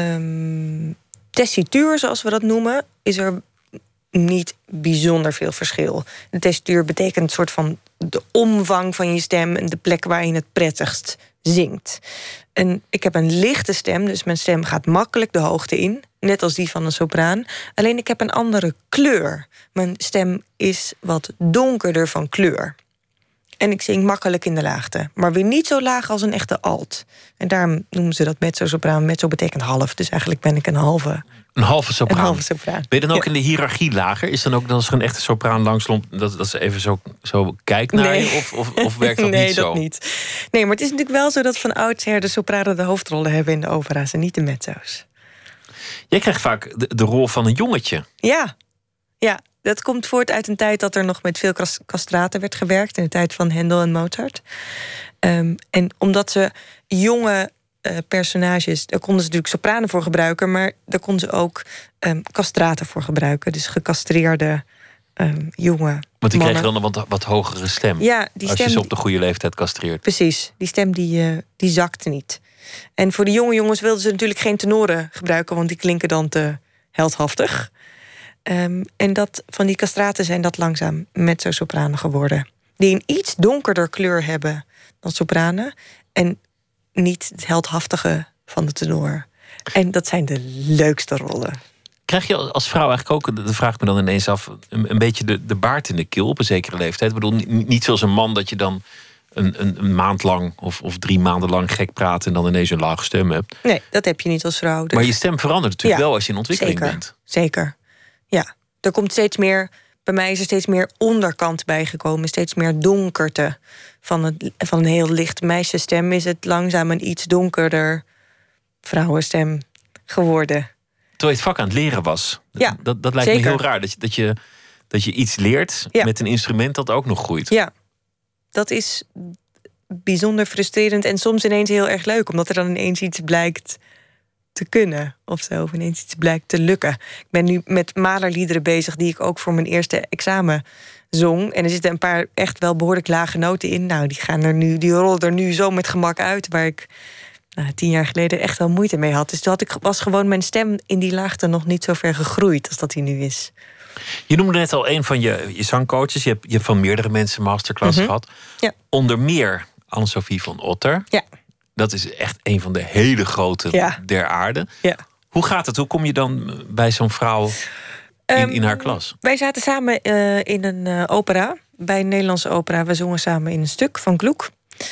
tessituur, zoals we dat noemen, is er niet bijzonder veel verschil. De tessituur betekent een soort van de omvang van je stem en de plek waar je het prettigst zingt. En ik heb een lichte stem, dus mijn stem gaat makkelijk de hoogte in, net als die van een sopraan. Alleen ik heb een andere kleur. Mijn stem is wat donkerder van kleur. En ik zing makkelijk in de laagte, maar weer niet zo laag als een echte alt. En daarom noemen ze dat mezzo-sopraan. Mezzo betekent half, dus eigenlijk ben ik een halve. Een halve sopraan. Een halve sopraan. Ben je dan ook in de hiërarchie lager? Is dan ook als er een echte sopraan langsloopt dat ze even zo kijkt naar je? Of werkt dat niet zo? Nee, dat niet. Nee, maar het is natuurlijk wel zo dat van oudsher de sopranen de hoofdrollen hebben in de opera's en niet de mezzo's. Jij krijgt vaak de rol van een jongetje. Ja, dat komt voort uit een tijd dat er nog met veel castraten werd gewerkt, in de tijd van Hendel en Mozart. En omdat ze jonge personages, daar konden ze natuurlijk sopranen voor gebruiken, maar daar konden ze ook castraten voor gebruiken. Dus gecastreerde jonge Want die mannen. kregen dan een wat hogere stem. Ja, die als stem, je ze op de goede leeftijd castreert. Precies, die stem die zakte niet. En voor de jonge jongens wilden ze natuurlijk geen tenoren gebruiken, want die klinken dan te heldhaftig. En dat van die castraten zijn dat langzaam mezzo-sopranen geworden. Die een iets donkerder kleur hebben dan sopranen. En niet het heldhaftige van de tenor. En dat zijn de leukste rollen. Krijg je als vrouw eigenlijk ook, dat vraag ik me dan ineens af, een beetje de baard in de keel op een zekere leeftijd? Ik bedoel, niet zoals een man dat je dan een maand lang of 3 maanden lang gek praat en dan ineens een lage stem hebt. Nee, dat heb je niet als vrouw. Dus... Maar je stem verandert natuurlijk wel als je in ontwikkeling bent. Zeker. Ja, er komt steeds meer. Bij mij is er steeds meer onderkant bijgekomen. Steeds meer donkerte. Van een heel licht meisjesstem is het langzaam een iets donkerder vrouwenstem geworden. Terwijl je het vak aan het leren was. Ja, dat lijkt zeker. me heel raar. Dat je iets leert met een instrument dat ook nog groeit. Ja, dat is bijzonder frustrerend en soms ineens heel erg leuk. Omdat er dan ineens iets blijkt te kunnen of zo. Of ineens iets blijkt te lukken. Ik ben nu met Mahler-liederen bezig die ik ook voor mijn eerste examen zong. En er zitten een paar echt wel behoorlijk lage noten in. Nou, die rollen er nu zo met gemak uit, waar ik 10 jaar geleden echt wel moeite mee had. Dus toen was gewoon mijn stem in die laagte nog niet zo ver gegroeid als dat die nu is. Je noemde net al een van je zangcoaches. Je hebt van meerdere mensen masterclass gehad. Ja. Onder meer Anne-Sophie van Otter. Ja. Dat is echt een van de hele grote der aarde. Ja. Hoe gaat het? Hoe kom je dan bij zo'n vrouw in haar klas? Wij zaten samen in een opera. Bij een Nederlandse opera. We zongen samen in een stuk van Gluck.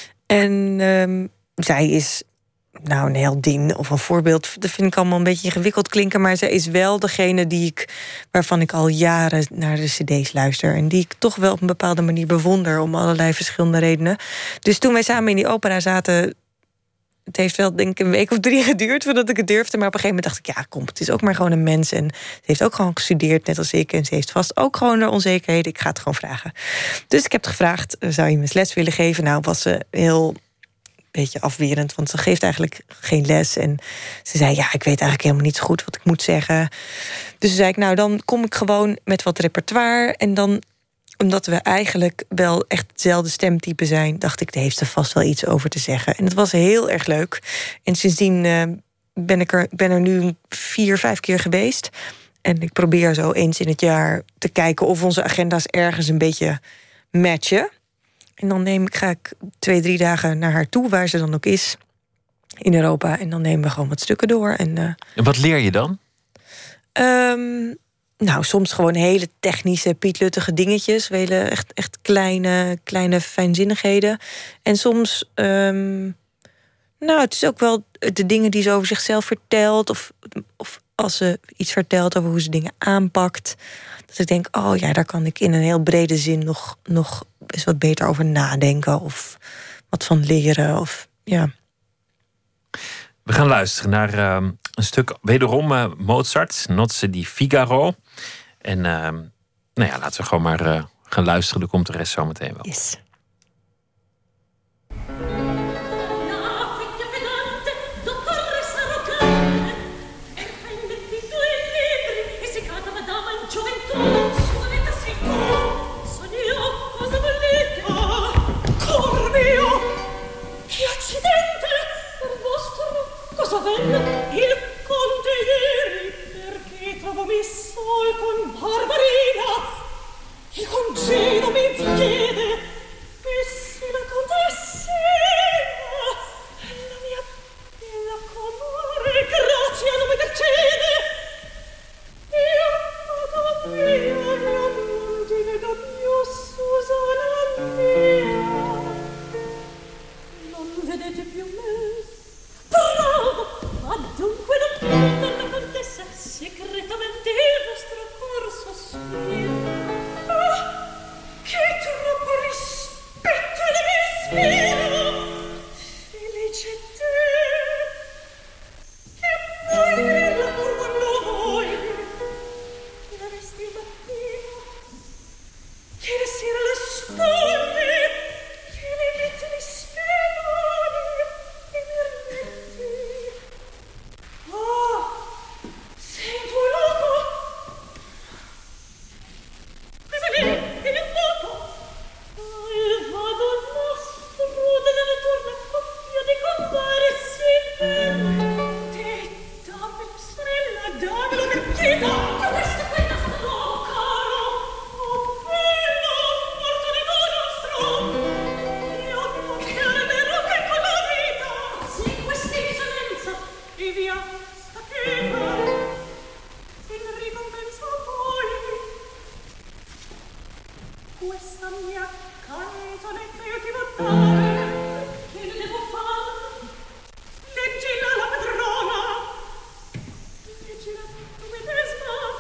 En zij is een heldin of een voorbeeld. Dat vind ik allemaal een beetje ingewikkeld klinken. Maar zij is wel degene waarvan ik al jaren naar de cd's luister. En die ik toch wel op een bepaalde manier bewonder. Om allerlei verschillende redenen. Dus toen wij samen in die opera zaten, het heeft wel denk ik een week of 3 geduurd voordat ik het durfde. Maar op een gegeven moment dacht ik, ja kom, het is ook maar gewoon een mens. En ze heeft ook gewoon gestudeerd, net als ik. En ze heeft vast ook gewoon haar onzekerheden. Ik ga het gewoon vragen. Dus ik heb het gevraagd, zou je me eens les willen geven? Nou, was ze heel beetje afwerend, want ze geeft eigenlijk geen les. En ze zei, ja, ik weet eigenlijk helemaal niet zo goed wat ik moet zeggen. Dus zei ik, nou, dan kom ik gewoon met wat repertoire. En dan, omdat we eigenlijk wel echt hetzelfde stemtype zijn, dacht ik, daar heeft ze vast wel iets over te zeggen. En het was heel erg leuk. En sindsdien ben er nu 4-5 keer geweest. En ik probeer zo eens in het jaar te kijken of onze agenda's ergens een beetje matchen. En dan ga ik 2-3 dagen naar haar toe, waar ze dan ook is, in Europa. En dan nemen we gewoon wat stukken door. En wat leer je dan? Nou, soms gewoon hele technische, pietluttige dingetjes. Hele echt kleine fijnzinnigheden. En soms, het is ook wel de dingen die ze over zichzelf vertelt. Of als ze iets vertelt over hoe ze dingen aanpakt. Dat ik denk, oh ja, daar kan ik in een heel brede zin nog eens wat beter over nadenken. Of wat van leren. Of ja. We gaan luisteren naar een stuk, wederom Mozart, Nozze di Figaro. En laten we gewoon maar gaan luisteren. Dan komt de rest zo meteen wel. Yes. Il conte ieri, perché trovo-mi sol con Barbarina. Il congedo mi chiede, e se la contessina, la mia bella comare, grazia non mi decede. Io vado via, non ti vedo più, Susana mia. Non vedete più me? Bravo! Ma dunque non prenda la contessa segretamente il vostro corso spira. Ah, che troppo rispetto le ispira! Felice te! Che puoi dirla come lo vuoi? Che la vesti il mattino? Che le sera le spoglie? Che le mette le spedoni? E merletti? Oh, sento loco! Cosa lì? Che mi poco? Il vago nostro della notturna coppia di compare si perde. Dammelo, sorella, dammelo per pietà! Che questo è quel nostro nuovo caro! Oh, bello, fortunato nostro! Io non perderò che con la vita! Se questa risonanza e via sta cheta, in ricompensa poi questa mia canzonetta io ti vo' dare. Che ne devo fare? Leggila la padrona, leggila tu medesma.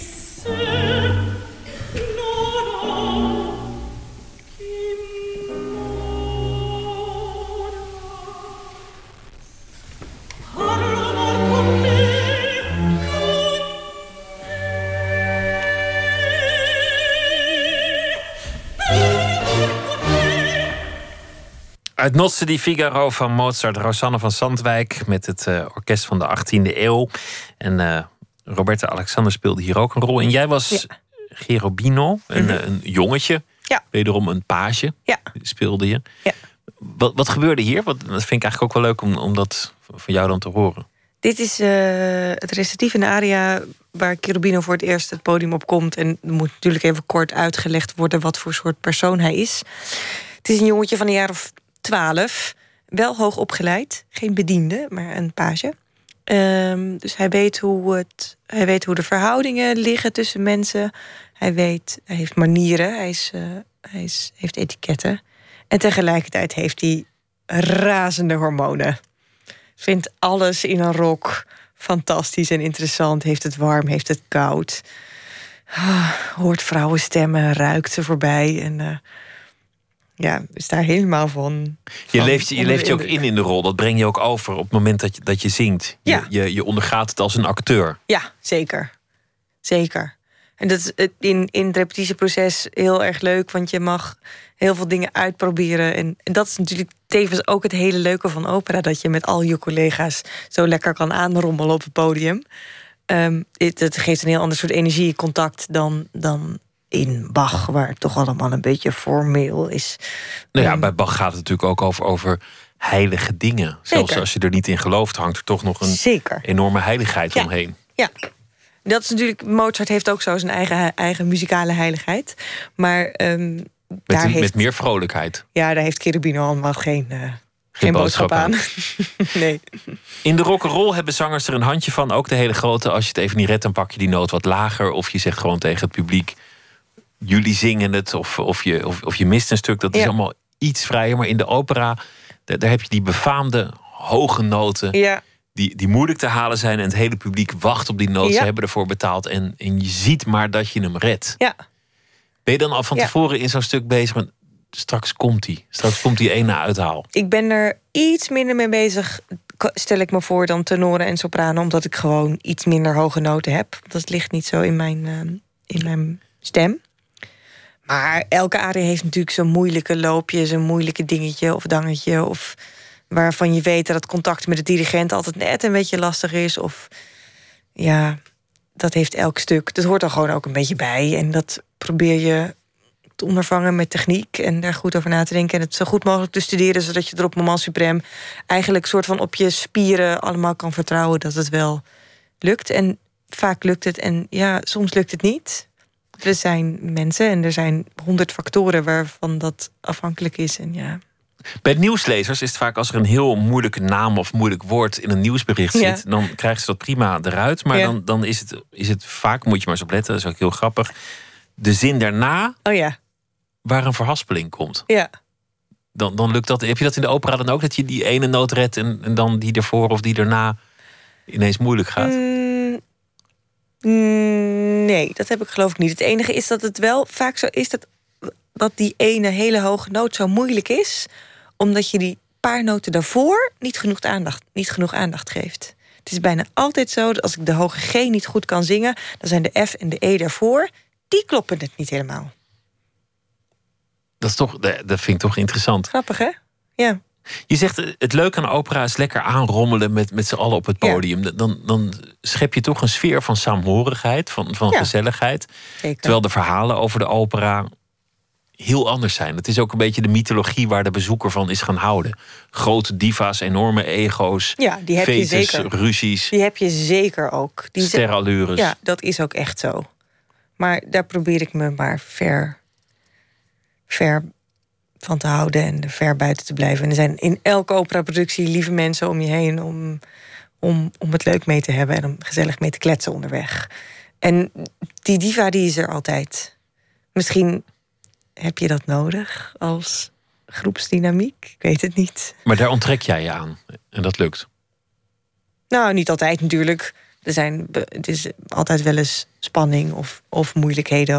Uit Nozze di Figaro van Mozart, Rosanne van Zandwijk met het orkest van de 18e eeuw. En Roberta Alexander speelde hier ook een rol. En jij was Cherubino, een jongetje. Ja. Wederom een page speelde je. Ja. Wat gebeurde hier? Dat vind ik eigenlijk ook wel leuk om dat van jou dan te horen. Dit is het recitatief in de aria waar Cherubino voor het eerst het podium op komt. En er moet natuurlijk even kort uitgelegd worden wat voor soort persoon hij is. Het is een jongetje van een jaar of 12, wel hoog opgeleid, geen bediende, maar een page. Dus hij weet hoe de verhoudingen liggen tussen mensen. Hij heeft manieren, hij heeft etiketten. En tegelijkertijd heeft hij razende hormonen. Vindt alles in een rok fantastisch en interessant. Heeft het warm, heeft het koud. Hoort vrouwenstemmen, ruikt ze voorbij en is daar helemaal van. Je leeft je ook in de rol. Dat breng je ook over op het moment dat je zingt. Ja. Je ondergaat het als een acteur. Ja, zeker. Zeker. En dat is in het repetitieproces heel erg leuk, want je mag heel veel dingen uitproberen. En dat is natuurlijk tevens ook het hele leuke van opera, dat je met al je collega's zo lekker kan aanrommelen op het podium. Het geeft een heel ander soort energiecontact dan in Bach, waar het toch allemaal een beetje formeel is. Nou ja, bij Bach gaat het natuurlijk ook over heilige dingen. Zelfs als je er niet in gelooft, hangt er toch nog een enorme heiligheid omheen. Ja. Dat is natuurlijk, Mozart heeft ook zo zijn eigen muzikale heiligheid. Maar met meer vrolijkheid. Ja, daar heeft Cherubino allemaal geen boodschap aan. Nee. In de rock'n'roll hebben zangers er een handje van. Ook de hele grote. Als je het even niet redt, dan pak je die noot wat lager. Of je zegt gewoon tegen het publiek: jullie zingen het. Of je mist een stuk. Dat is allemaal iets vrijer. Maar in de opera, daar heb je die befaamde hoge noten. Ja. Die moeilijk te halen zijn. En het hele publiek wacht op die noot. Ze hebben ervoor betaald. En je ziet maar dat je hem redt. Ja. Ben je dan al van tevoren in zo'n stuk bezig met straks komt die ene uithaal? Ik ben er iets minder mee bezig, stel ik me voor, dan tenoren en sopranen, omdat ik gewoon iets minder hoge noten heb. Dat ligt niet zo in mijn stem. Maar elke aria heeft natuurlijk zo'n moeilijke loopje, zo'n moeilijke dingetje of dangetje, of waarvan je weet dat het contact met de dirigent altijd net een beetje lastig is. Of ja, dat heeft elk stuk. Dat hoort er gewoon ook een beetje bij. En dat probeer je te ondervangen met techniek en daar goed over na te denken en het zo goed mogelijk te studeren, zodat je er op moment suprême eigenlijk soort van op je spieren allemaal kan vertrouwen dat het wel lukt. En vaak lukt het en ja, soms lukt het niet. Er zijn mensen en er zijn 100 factoren waarvan dat afhankelijk is. En ja. Bij nieuwslezers is het vaak als er een heel moeilijke naam of moeilijk woord in een nieuwsbericht zit, dan krijgen ze dat prima eruit. Maar dan is het vaak, moet je maar eens op letten, dat is ook heel grappig, de zin daarna waar een verhaspeling komt. Ja. Dan lukt dat. Heb je dat in de opera dan ook, dat je die ene noot redt en dan die ervoor of die daarna ineens moeilijk gaat? Nee, dat heb ik geloof ik niet. Het enige is dat het wel vaak zo is dat die ene hele hoge noot zo moeilijk is, omdat je die paar noten daarvoor niet genoeg aandacht geeft. Het is bijna altijd zo dat als ik de hoge G niet goed kan zingen, dan zijn de F en de E daarvoor, die kloppen het niet helemaal. Dat vind ik toch interessant. Grappig, hè? Ja. Je zegt, het leuke aan opera is lekker aanrommelen met z'n allen op het podium. Ja. Dan schep je toch een sfeer van saamhorigheid, van gezelligheid. Zeker. Terwijl de verhalen over de opera heel anders zijn. Het is ook een beetje de mythologie waar de bezoeker van is gaan houden. Grote diva's, enorme ego's, die heb fetes, je zeker. Ruzies. Die heb je zeker ook. Sterallures. Ja, dat is ook echt zo. Maar daar probeer ik me maar ver van te houden en ver buiten te blijven. En er zijn in elke operaproductie lieve mensen om je heen om het leuk mee te hebben en om gezellig mee te kletsen onderweg. En die diva, die is er altijd. Misschien heb je dat nodig als groepsdynamiek? Ik weet het niet. Maar daar onttrek jij je aan en dat lukt? Nou, niet altijd natuurlijk. Het is altijd wel eens spanning of moeilijkheden.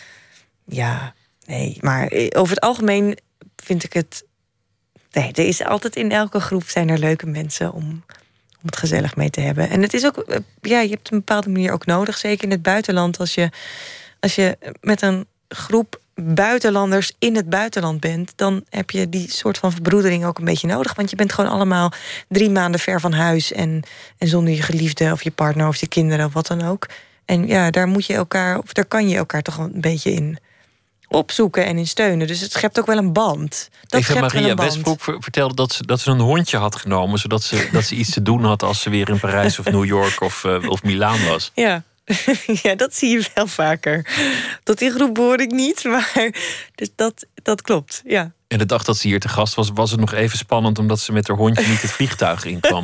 Maar over het algemeen vind ik het... Nee, er is altijd in elke groep zijn er leuke mensen om het gezellig mee te hebben. En het is ook... je hebt op een bepaalde manier ook nodig. Zeker in het buitenland. Als je met een groep buitenlanders in het buitenland bent, dan heb je die soort van verbroedering ook een beetje nodig. Want je bent gewoon allemaal 3 maanden ver van huis en zonder je geliefde of je partner of je kinderen of wat dan ook. En ja, daar kan je elkaar toch een beetje in opzoeken en in steunen. Dus het schept ook wel een band. Maria Westbroek vertelde dat ze een hondje had genomen, zodat ze iets te doen had als ze weer in Parijs of New York of Milaan was. Ja. Ja, dat zie je wel vaker. Tot die groep behoor ik niet, maar dus dat klopt, ja. En de dag dat ze hier te gast was het nog even spannend, omdat ze met haar hondje niet het vliegtuig inkwam.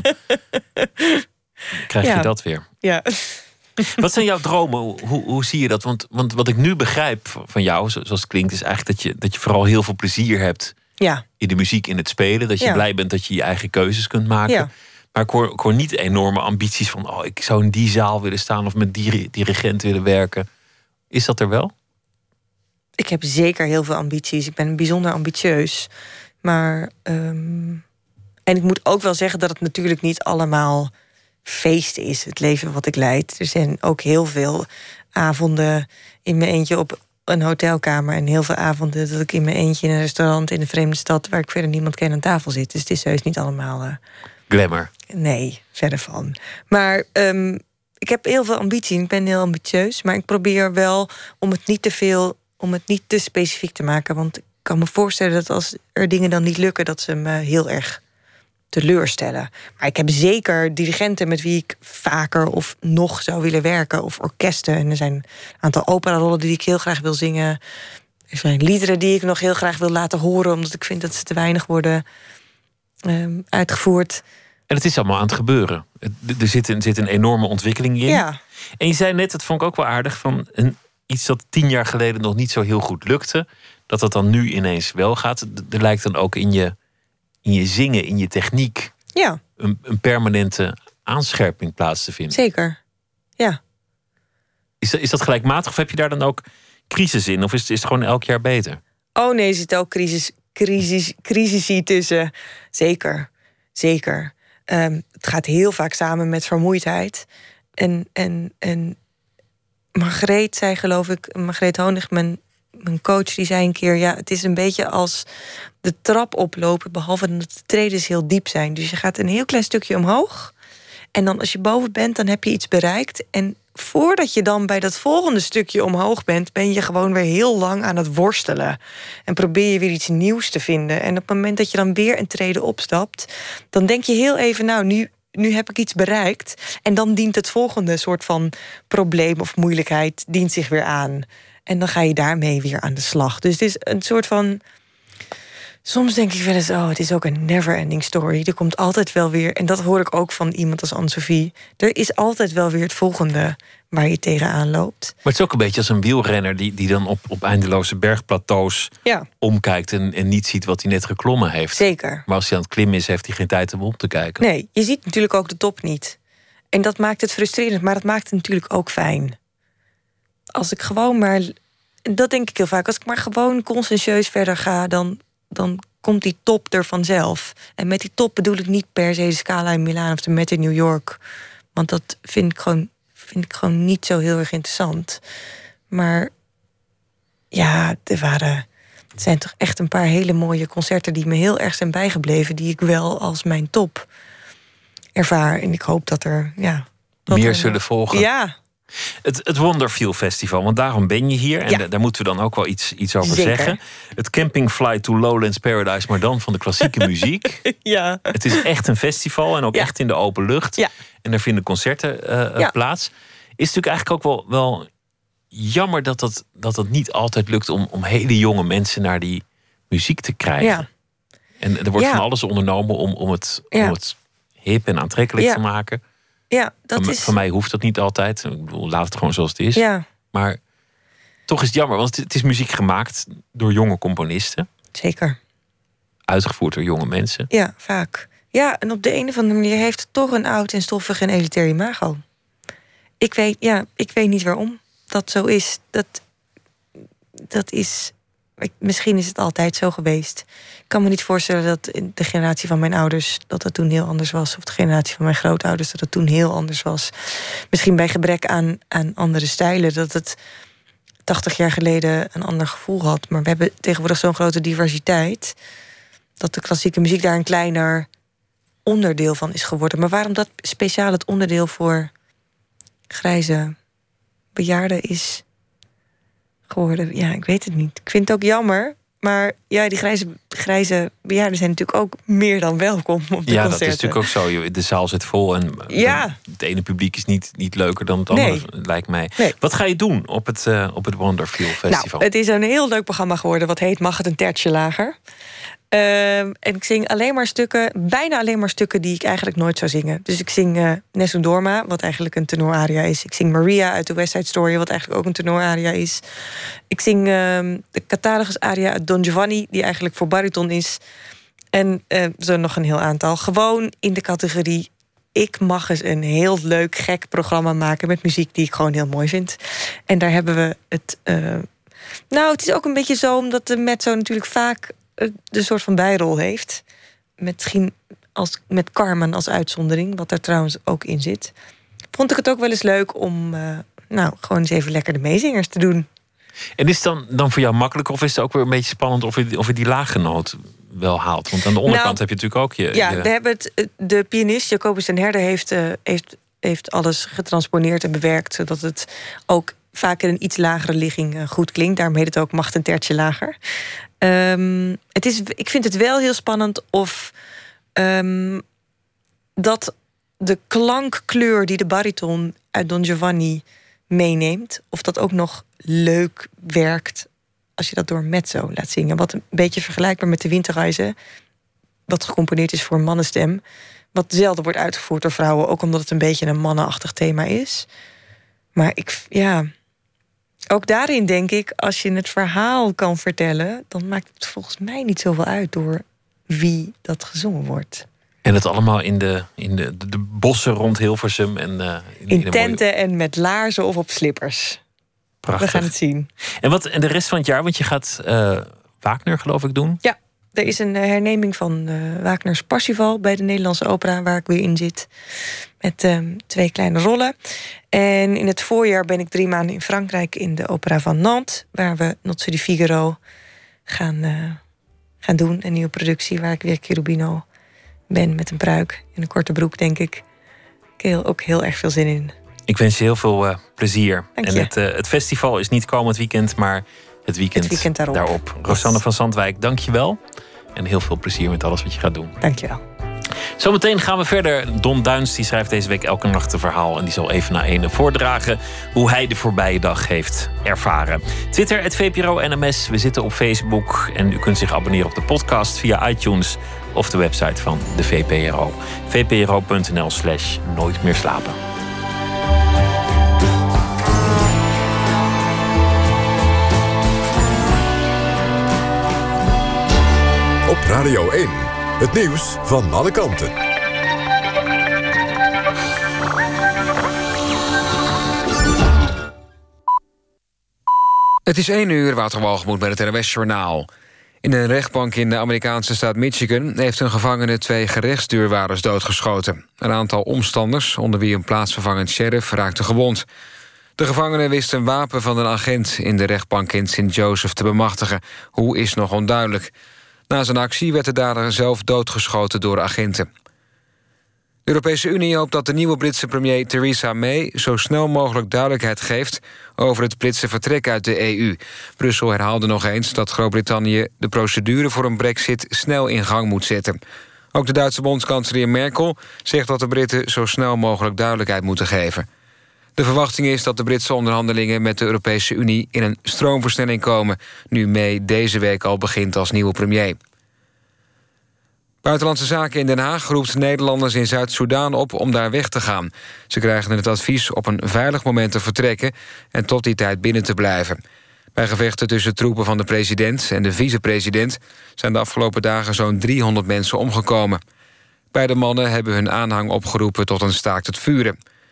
Krijg je dat weer? Ja. Wat zijn jouw dromen? Hoe zie je dat? Want wat ik nu begrijp van jou, zoals het klinkt, is eigenlijk dat je vooral heel veel plezier hebt in de muziek, in het spelen. Dat je blij bent dat je je eigen keuzes kunt maken. Ja. Maar ik hoor niet enorme ambities van, ik zou in die zaal willen staan of met die dirigent willen werken. Is dat er wel? Ik heb zeker heel veel ambities. Ik ben bijzonder ambitieus. Maar en ik moet ook wel zeggen dat het natuurlijk niet allemaal feest is, het leven wat ik leid. Er zijn ook heel veel avonden in mijn eentje op een hotelkamer en heel veel avonden dat ik in mijn eentje in een restaurant in een vreemde stad waar ik verder niemand ken aan tafel zit. Dus het is heus niet allemaal glamour. Nee, verder van. Maar ik heb heel veel ambitie. Ik ben heel ambitieus. Maar ik probeer wel om het niet te specifiek te maken. Want ik kan me voorstellen dat als er dingen dan niet lukken, dat ze me heel erg teleurstellen. Maar ik heb zeker dirigenten met wie ik vaker of nog zou willen werken. Of orkesten. En er zijn een aantal operarollen die ik heel graag wil zingen. Er zijn liederen die ik nog heel graag wil laten horen, omdat ik vind dat ze te weinig worden uitgevoerd. En het is allemaal aan het gebeuren. Er zit een enorme ontwikkeling in. Ja. En je zei net, dat vond ik ook wel aardig, van iets dat 10 jaar geleden nog niet zo heel goed lukte, dat dan nu ineens wel gaat. Er lijkt dan ook in je zingen, in je techniek, een permanente aanscherping plaats te vinden. Zeker, ja. Is dat gelijkmatig of heb je daar dan ook crisis in? Of is het gewoon elk jaar beter? Oh nee, er zit ook crisisie tussen. Zeker. Het gaat heel vaak samen met vermoeidheid. En Margreet zei, geloof ik, Margreet Honig, mijn coach, die zei een keer, ja, het is een beetje als de trap oplopen, behalve dat de treden heel diep zijn. Dus je gaat een heel klein stukje omhoog. En dan als je boven bent, dan heb je iets bereikt. En voordat je dan bij dat volgende stukje omhoog bent, ben je gewoon weer heel lang aan het worstelen. En probeer je weer iets nieuws te vinden. En op het moment dat je dan weer een trede opstapt, dan denk je heel even, nou, nu heb ik iets bereikt. En dan dient het volgende soort van probleem of moeilijkheid dient zich weer aan. En dan ga je daarmee weer aan de slag. Dus het is een soort van... Soms denk ik wel eens, het is ook een never-ending story. Er komt altijd wel weer, en dat hoor ik ook van iemand als Anne-Sophie, er is altijd wel weer het volgende waar je tegenaan loopt. Maar het is ook een beetje als een wielrenner die dan op eindeloze bergplateaus omkijkt en niet ziet wat hij net geklommen heeft. Zeker. Maar als hij aan het klimmen is, heeft hij geen tijd om te kijken. Nee, je ziet natuurlijk ook de top niet. En dat maakt het frustrerend, maar dat maakt het natuurlijk ook fijn. Als ik gewoon maar, dat denk ik heel vaak, als ik maar gewoon conscientieus verder ga, dan komt die top er vanzelf. En met die top bedoel ik niet per se de Scala in Milaan of de Met in New York. Want dat vind ik gewoon niet zo heel erg interessant. Maar ja, er zijn toch echt een paar hele mooie concerten die me heel erg zijn bijgebleven, die ik wel als mijn top ervaar. En ik hoop dat er meer zullen volgen. Ja. Het Wonderfeel Festival, want daarom ben je hier. En daar moeten we dan ook wel iets over zeggen. Het Camping Flight to Lowlands Paradise, maar dan van de klassieke muziek. Ja. Het is echt een festival en ook echt in de open lucht. Ja. En er vinden concerten plaats. Is natuurlijk eigenlijk ook wel jammer dat het niet altijd lukt om hele jonge mensen naar die muziek te krijgen. Ja. En er wordt van alles ondernomen om het hip en aantrekkelijk te maken. Ja, van mij hoeft dat niet altijd. Ik bedoel, laat het gewoon zoals het is. Ja. Maar toch is het jammer, want het is muziek gemaakt door jonge componisten. Zeker. Uitgevoerd door jonge mensen. Ja, vaak. Ja, en op de een of andere manier heeft het toch een oud en stoffig en elitair imago. Ik weet niet waarom dat zo is. Dat is... Misschien is het altijd zo geweest. Ik kan me niet voorstellen dat in de generatie van mijn ouders... dat het toen heel anders was. Of de generatie van mijn grootouders dat het toen heel anders was. Misschien bij gebrek aan andere stijlen. Dat het 80 jaar geleden een ander gevoel had. Maar we hebben tegenwoordig zo'n grote diversiteit... dat de klassieke muziek daar een kleiner onderdeel van is geworden. Maar waarom dat speciaal het onderdeel voor grijze bejaarden is geworden? Ja, ik weet het niet. Ik vind het ook jammer. Maar ja, die grijze bejaarden zijn natuurlijk ook meer dan welkom op de concerten. Ja, dat is natuurlijk ook zo. De zaal zit vol en het ene publiek is niet leuker dan het andere, lijkt mij. Nee. Wat ga je doen op het Wonderfeel Festival? Nou, het is een heel leuk programma geworden. Wat heet Mag het een tertje lager? En ik zing bijna alleen maar stukken die ik eigenlijk nooit zou zingen. Dus ik zing Nessun Dorma, wat eigenlijk een tenoraria is. Ik zing Maria uit de West Side Story, wat eigenlijk ook een tenoraria is. Ik zing de catalogus-aria uit Don Giovanni, die eigenlijk voor bariton is. En zo nog een heel aantal. Gewoon in de categorie... ik mag eens een heel leuk, gek programma maken... met muziek die ik gewoon heel mooi vind. En daar hebben we het... het is ook een beetje zo, omdat de mezzo natuurlijk vaak... de soort van bijrol heeft. Misschien met Carmen als uitzondering, wat daar trouwens ook in zit. Vond ik het ook wel eens leuk om gewoon eens even lekker de meezingers te doen. En is het dan voor jou makkelijker, of is het ook weer een beetje spannend of je die lage noot wel haalt? Want aan de onderkant heb je natuurlijk ook we hebben de pianist Jacobus ten Herder heeft alles getransponeerd en bewerkt, zodat het ook vaak in een iets lagere ligging goed klinkt. Daarom heet het ook Macht een tertje lager. Ik vind het wel heel spannend of dat de klankkleur die de bariton uit Don Giovanni meeneemt, of dat ook nog leuk werkt als je dat door mezzo laat zingen. Wat een beetje vergelijkbaar met de Winterreise, wat gecomponeerd is voor een mannenstem, wat zelden wordt uitgevoerd door vrouwen, ook omdat het een beetje een mannenachtig thema is. Maar ook daarin denk ik, als je het verhaal kan vertellen, dan maakt het volgens mij niet zoveel uit door wie dat gezongen wordt. En het allemaal in de bossen rond Hilversum. In tenten en met laarzen of op slippers. Prachtig. We gaan het zien. En de rest van het jaar, want je gaat Wagner geloof ik doen? Ja, er is een herneming van Wagners Parsifal bij de Nederlandse Opera, waar ik weer in zit. Met 2 kleine rollen. En in het voorjaar ben ik 3 maanden in Frankrijk in de opera van Nantes, waar we Nozze di Figaro gaan doen. Een nieuwe productie waar ik weer Cherubino ben met een pruik en een korte broek, denk ik. Ik heb ook heel erg veel zin in. Ik wens je heel veel plezier. Dank je. En het festival is niet komend weekend, maar het weekend daarop. Yes. Rosanne van Zandwijk, dank je wel. En heel veel plezier met alles wat je gaat doen. Dank je wel. Zometeen gaan we verder. Don Duins die schrijft deze week elke nacht een verhaal. En die zal even na ene voordragen hoe hij de voorbije dag heeft ervaren. Twitter, @VPRO-NMS. We zitten op Facebook. En u kunt zich abonneren op de podcast via iTunes of de website van de VPRO. vpro.nl/nooit meer slapen. Op Radio 1, het nieuws van alle kanten. Het is 1 uur, Wouter Walgemoed met het NOS-journaal. In een rechtbank in de Amerikaanse staat Michigan heeft een gevangene 2 gerechtsdeurwaarders doodgeschoten. Een aantal omstanders, onder wie een plaatsvervangend sheriff, raakte gewond. De gevangene wist een wapen van een agent in de rechtbank in St. Joseph te bemachtigen. Hoe is nog onduidelijk. Na zijn actie werd de dader zelf doodgeschoten door agenten. De Europese Unie hoopt dat de nieuwe Britse premier Theresa May zo snel mogelijk duidelijkheid geeft over het Britse vertrek uit de EU. Brussel herhaalde nog eens dat Groot-Brittannië de procedure voor een brexit snel in gang moet zetten. Ook de Duitse bondskanselier Merkel zegt dat de Britten zo snel mogelijk duidelijkheid moeten geven. De verwachting is dat de Britse onderhandelingen met de Europese Unie in een stroomversnelling komen, nu May deze week al begint als nieuwe premier. Buitenlandse Zaken in Den Haag roept Nederlanders in Zuid-Soedan op om daar weg te gaan. Ze krijgen het advies op een veilig moment te vertrekken en tot die tijd binnen te blijven. Bij gevechten tussen troepen van de president en de vicepresident zijn de afgelopen dagen zo'n 300 mensen omgekomen. Beide mannen hebben hun aanhang opgeroepen tot een staakt het vuren.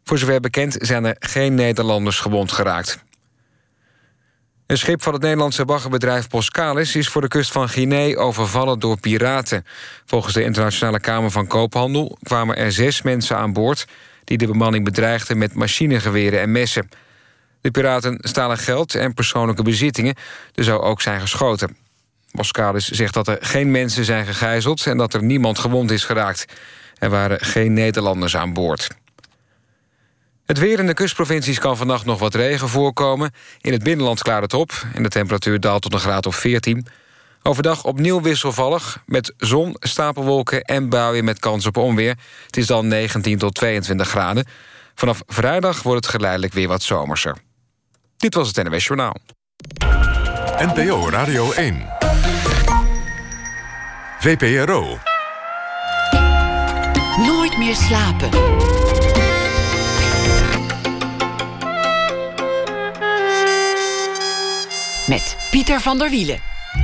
Voor zover bekend zijn er geen Nederlanders gewond geraakt. Een schip van het Nederlandse baggerbedrijf Boskalis is voor de kust van Guinea overvallen door piraten. Volgens de Internationale Kamer van Koophandel kwamen er 6 mensen aan boord die de bemanning bedreigden met machinegeweren en messen. De piraten stalen geld en persoonlijke bezittingen. Er zou ook zijn geschoten. Boskalis zegt dat er geen mensen zijn gegijzeld en dat er niemand gewond is geraakt. Er waren geen Nederlanders aan boord. Het weer in de kustprovincies kan vannacht nog wat regen voorkomen. In het binnenland klaart het op en de temperatuur daalt tot een graad of 14. Overdag opnieuw wisselvallig, met zon, stapelwolken en buien met kans op onweer. Het is dan 19 tot 22 graden. Vanaf vrijdag wordt het geleidelijk weer wat zomerser. Dit was het NOS Journaal. NPO Radio 1. VPRO. Nooit meer slapen. Met Pieter van der Wielen.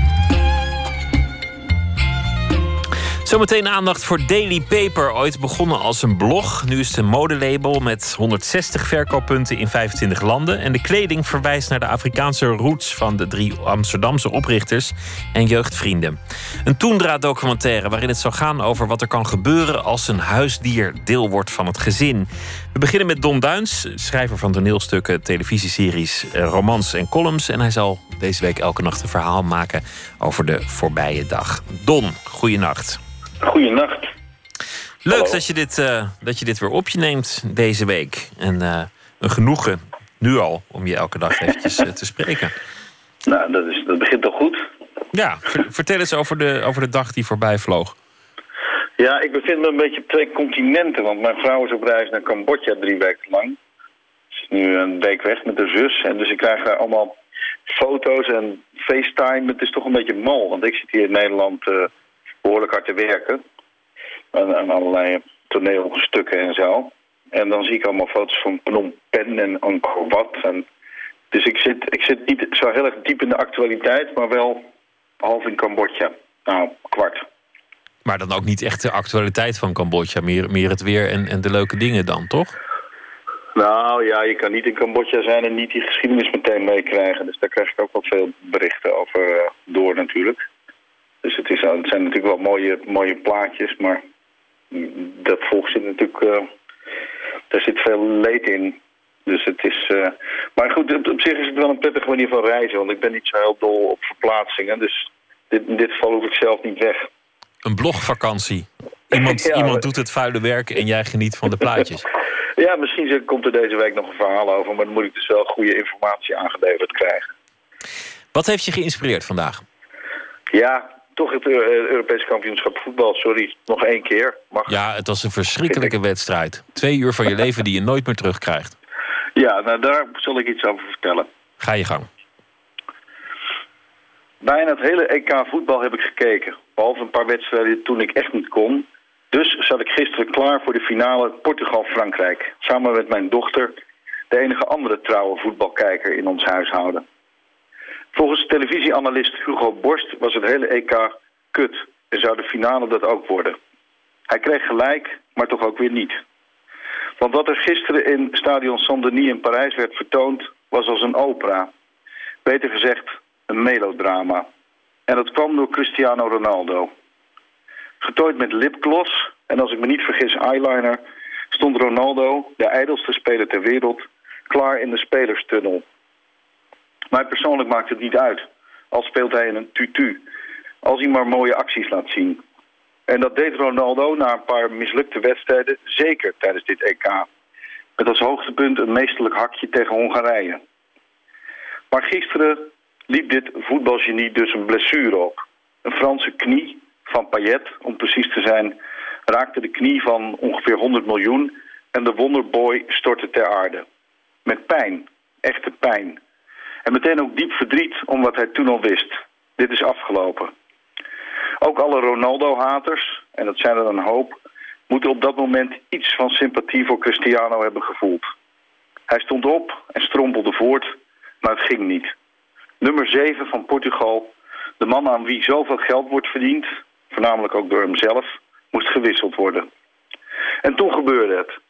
Zometeen aandacht voor Daily Paper. Ooit begonnen als een blog. Nu is het een modelabel met 160 verkooppunten in 25 landen. En de kleding verwijst naar de Afrikaanse roots van de 3 Amsterdamse oprichters en jeugdvrienden. Een Toendra-documentaire waarin het zou gaan over wat er kan gebeuren als een huisdier deel wordt van het gezin. We beginnen met Don Duins, schrijver van toneelstukken, televisieseries, romans en columns. En hij zal deze week elke nacht een verhaal maken over de voorbije dag. Don, goeienacht. Goeienacht. Leuk Hallo. dat je dit weer op je neemt deze week. En een genoegen, nu al, om je elke dag eventjes te spreken. Nou, dat begint al goed. Ja, vertel eens over de dag die voorbij vloog. Ja, ik bevind me een beetje op 2 continenten, want mijn vrouw is op reis naar Cambodja 3 weken lang. Ze is nu een week weg met haar zus en dus ik krijg daar allemaal foto's en FaceTime. Het is toch een beetje mal, want ik zit hier in Nederland behoorlijk hard te werken. Aan allerlei toneelstukken en zo. En dan zie ik allemaal foto's van Phnom Penh en Angkor Wat. Dus ik zit niet zo heel erg diep in de actualiteit, maar wel half in Cambodja. Nou, kwart. Maar dan ook niet echt de actualiteit van Cambodja. Meer het weer en de leuke dingen dan, toch? Nou ja, je kan niet in Cambodja zijn en niet die geschiedenis meteen meekrijgen. Dus daar krijg ik ook wel veel berichten over door natuurlijk. Dus het zijn natuurlijk wel mooie plaatjes, maar dat volk zit natuurlijk... daar zit veel leed in. Dus het is... maar goed, op zich is het wel een prettige manier van reizen, want ik ben niet zo heel dol op verplaatsingen. Dus in dit geval hoef ik zelf niet weg. Een blogvakantie. Iemand doet het vuile werk en jij geniet van de plaatjes. Ja, misschien komt er deze week nog een verhaal over, maar dan moet ik dus wel goede informatie aangeleverd krijgen. Wat heeft je geïnspireerd vandaag? Ja, toch het Europese kampioenschap voetbal. Sorry, nog 1 keer. Ja, het was een verschrikkelijke wedstrijd. 2 uur van je leven die je nooit meer terugkrijgt. Ja, nou daar zal ik iets over vertellen. Ga je gang. Bijna het hele EK voetbal heb ik gekeken. Behalve een paar wedstrijden toen ik echt niet kon. Dus zat ik gisteren klaar voor de finale Portugal-Frankrijk. Samen met mijn dochter, de enige andere trouwe voetbalkijker in ons huishouden. Volgens televisieanalist Hugo Borst was het hele EK kut. En zou de finale dat ook worden. Hij kreeg gelijk, maar toch ook weer niet. Want wat er gisteren in stadion Saint-Denis in Parijs werd vertoond, was als een opera. Beter gezegd, een melodrama. En dat kwam door Cristiano Ronaldo. Getooid met lipgloss en als ik me niet vergis eyeliner, stond Ronaldo, de ijdelste speler ter wereld, klaar in de spelerstunnel. Mij persoonlijk maakt het niet uit, al speelt hij in een tutu, als hij maar mooie acties laat zien. En dat deed Ronaldo na een paar mislukte wedstrijden zeker tijdens dit EK. Met als hoogtepunt een meesterlijk hakje tegen Hongarije. Maar gisteren liep dit voetbalgenie dus een blessure op. Een Franse knie van Payet, om precies te zijn, raakte de knie van ongeveer 100 miljoen en de wonderboy stortte ter aarde. Met pijn, echte pijn. En meteen ook diep verdriet om wat hij toen al wist. Dit is afgelopen. Ook alle Ronaldo-haters, en dat zijn er een hoop, moeten op dat moment iets van sympathie voor Cristiano hebben gevoeld. Hij stond op en strompelde voort, maar het ging niet. Nummer 7 van Portugal, de man aan wie zoveel geld wordt verdiend, voornamelijk ook door hemzelf, moest gewisseld worden. En toen gebeurde het.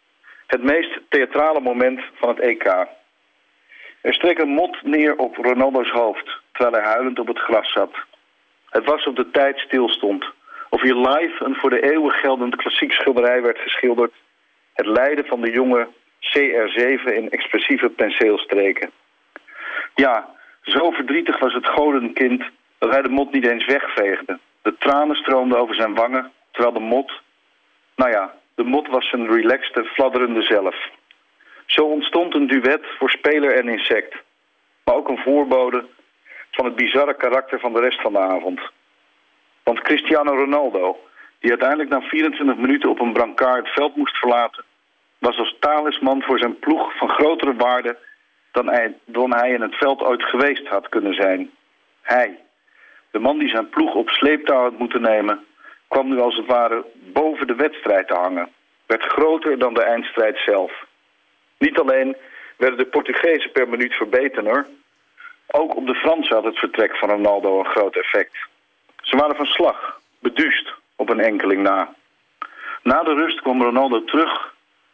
Het meest theatrale moment van het EK. Er streek een mot neer op Ronaldo's hoofd, terwijl hij huilend op het gras zat. Het was of de tijd stilstond. Of hier live een voor de eeuwen geldend klassiek schilderij werd geschilderd. Het lijden van de jonge CR7 in expressieve penseelstreken. Ja, zo verdrietig was het godenkind dat hij de mot niet eens wegveegde. De tranen stroomden over zijn wangen, terwijl de mot... Nou ja, de mot was zijn relaxte, fladderende zelf. Zo ontstond een duet voor speler en insect. Maar ook een voorbode van het bizarre karakter van de rest van de avond. Want Cristiano Ronaldo, die uiteindelijk na 24 minuten op een brancard het veld moest verlaten, was als talisman voor zijn ploeg van grotere waarde dan hij in het veld ooit geweest had kunnen zijn. Hij, de man die zijn ploeg op sleeptouw had moeten nemen, kwam nu als het ware boven de wedstrijd te hangen. Werd groter dan de eindstrijd zelf. Niet alleen werden de Portugezen per minuut verbeterder, ook op de Fransen had het vertrek van Ronaldo een groot effect. Ze waren van slag, beduust op een enkeling na. Na de rust kwam Ronaldo terug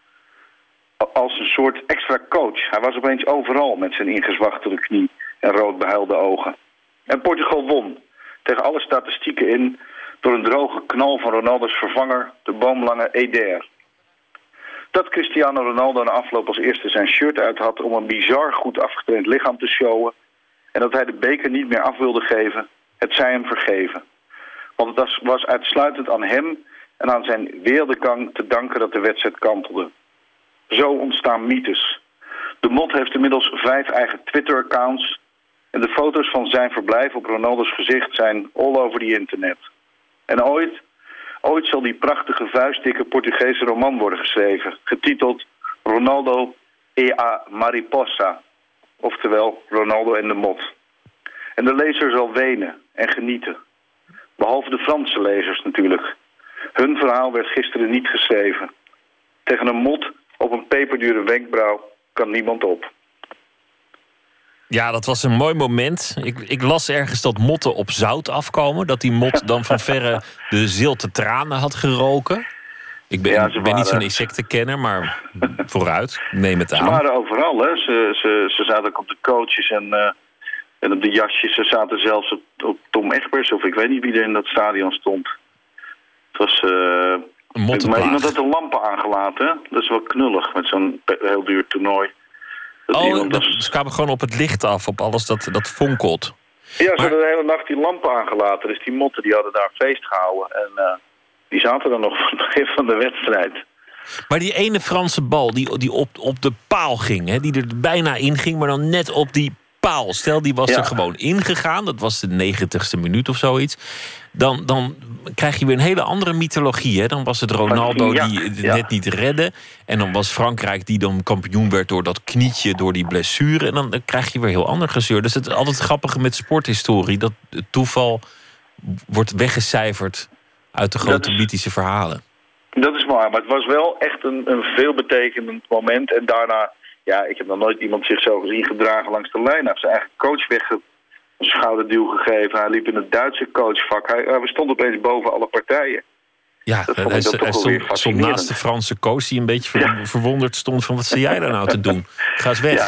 als een soort extra coach. Hij was opeens overal met zijn ingezwachterde knie en rood behuilde ogen. En Portugal won, tegen alle statistieken in, door een droge knal van Ronaldo's vervanger, de boomlange Eder. Dat Cristiano Ronaldo na afloop als eerste zijn shirt uit had om een bizar goed afgetraind lichaam te showen en dat hij de beker niet meer af wilde geven, het zij hem vergeven. Want het was uitsluitend aan hem en aan zijn wereldgang te danken dat de wedstrijd kantelde. Zo ontstaan mythes. De mot heeft inmiddels 5 eigen Twitter-accounts en de foto's van zijn verblijf op Ronaldo's gezicht zijn all over the internet. En ooit zal die prachtige vuistdikke Portugese roman worden geschreven, getiteld Ronaldo e a Mariposa, oftewel Ronaldo en de mot. En de lezer zal wenen en genieten. Behalve de Franse lezers natuurlijk. Hun verhaal werd gisteren niet geschreven. Tegen een mot op een peperdure wenkbrauw kan niemand op. Ja, dat was een mooi moment. Ik las ergens dat motten op zout afkomen. Dat die mot dan van verre de zilte tranen had geroken. Ik ben niet zo'n insectenkenner, maar vooruit, neem het aan. Ze waren overal, hè. Ze zaten ook op de coaches en op de jasjes. Ze zaten zelfs op Tom Egbers, of ik weet niet wie er in dat stadion stond. Het was... maar iemand had de lampen aangelaten, hè? Dat is wel knullig, met zo'n heel duur toernooi. Ze kwamen gewoon op het licht af, op alles dat fonkelt. Ja, ze hadden de hele nacht die lampen aangelaten. Dus die motten die hadden daar feest gehouden. En die zaten dan nog voor het begin van de wedstrijd. Maar die ene Franse bal die op de paal ging, hè, die er bijna in ging, maar dan net op die paal. Stel, die was er gewoon ingegaan. Dat was de 90ste minuut of zoiets. Dan krijg je weer een hele andere mythologie. Hè? Dan was het Ronaldo die het net niet redde. En dan was Frankrijk die dan kampioen werd door dat knietje, door die blessure. En dan krijg je weer heel ander gezeur. Dus het is altijd grappige met sporthistorie. Dat het toeval wordt weggecijferd uit de grote mythische verhalen. Dat is waar, maar het was wel echt een veelbetekenend moment. En daarna, ik heb nog nooit iemand zich zo gezien gedragen langs de lijn. Hij heeft zijn eigen coach een schouderduw gegeven. Hij liep in het Duitse coachvak. Hij stond opeens boven alle partijen. Ja, hij stond naast de Franse coach die een beetje verwonderd stond van wat zie jij daar nou te doen? Ga eens weg. Ja.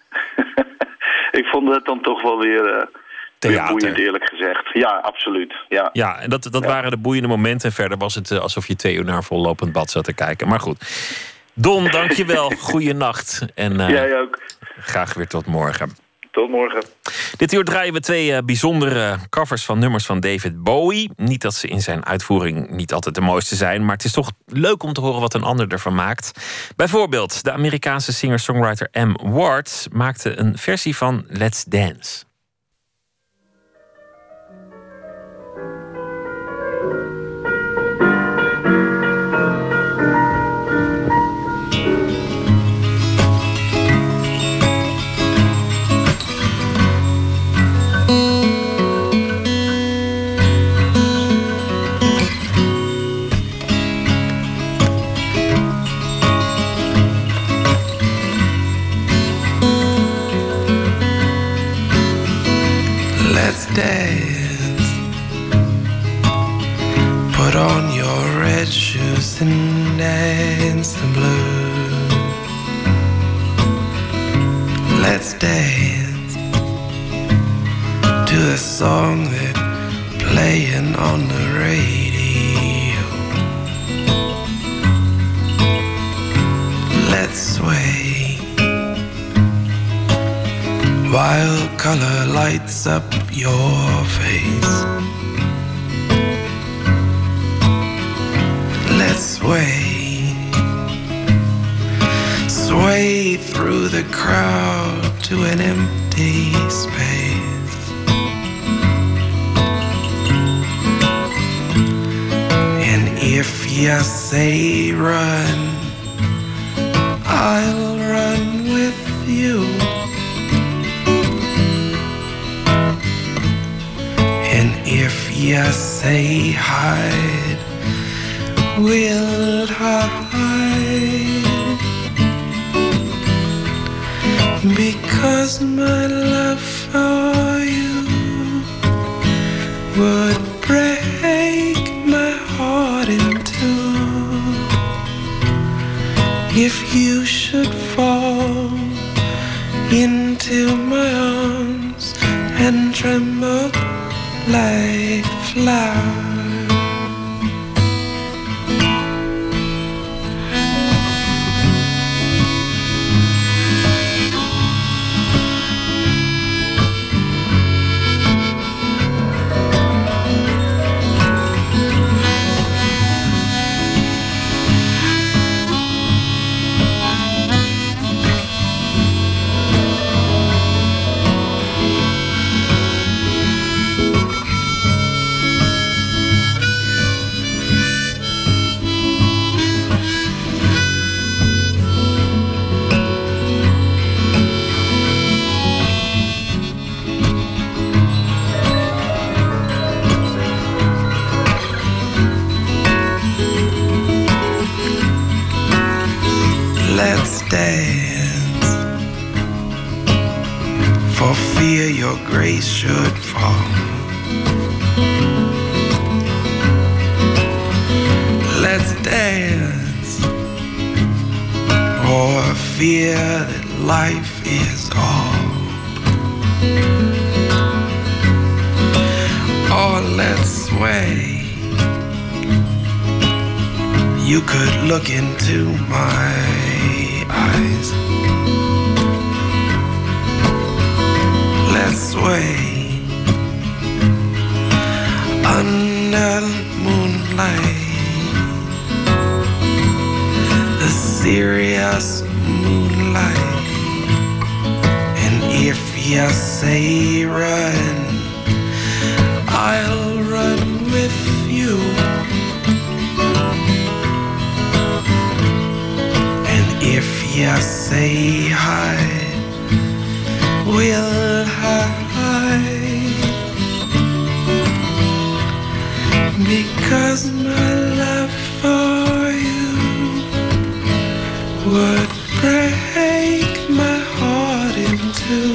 Ik vond het dan toch wel weer boeiend, eerlijk gezegd. Ja, absoluut. Ja, en dat waren de boeiende momenten. En verder was het alsof je 2 uur naar een vollopend bad zat te kijken. Maar goed. Don, dankjewel. Goeienacht. En jij ook. Graag weer tot morgen. Tot morgen. Dit uur draaien we 2 bijzondere covers van nummers van David Bowie. Niet dat ze in zijn uitvoering niet altijd de mooiste zijn, maar het is toch leuk om te horen wat een ander ervan maakt. Bijvoorbeeld de Amerikaanse singer-songwriter M. Ward maakte een versie van Let's Dance. Dance. Put on your red shoes and dance the blues. Let's dance to a song that playing on the radio. Let's sway while color lights up your face. Let's sway through the crowd to an empty space. And if you say run, I'll run with you. And if you say hide, we'll hide. Because my love for you would break my heart in two. If you should fall into my arms and tremble like flowers. Dance for fear your grace should fall. Let's dance for fear that life is all. Or let's sway. You could look into my eyes. Let's sway under the moonlight, the serious moonlight. And if you say run, I'll run with you. If you say hide, we'll hide. Because my love for you would break my heart in two.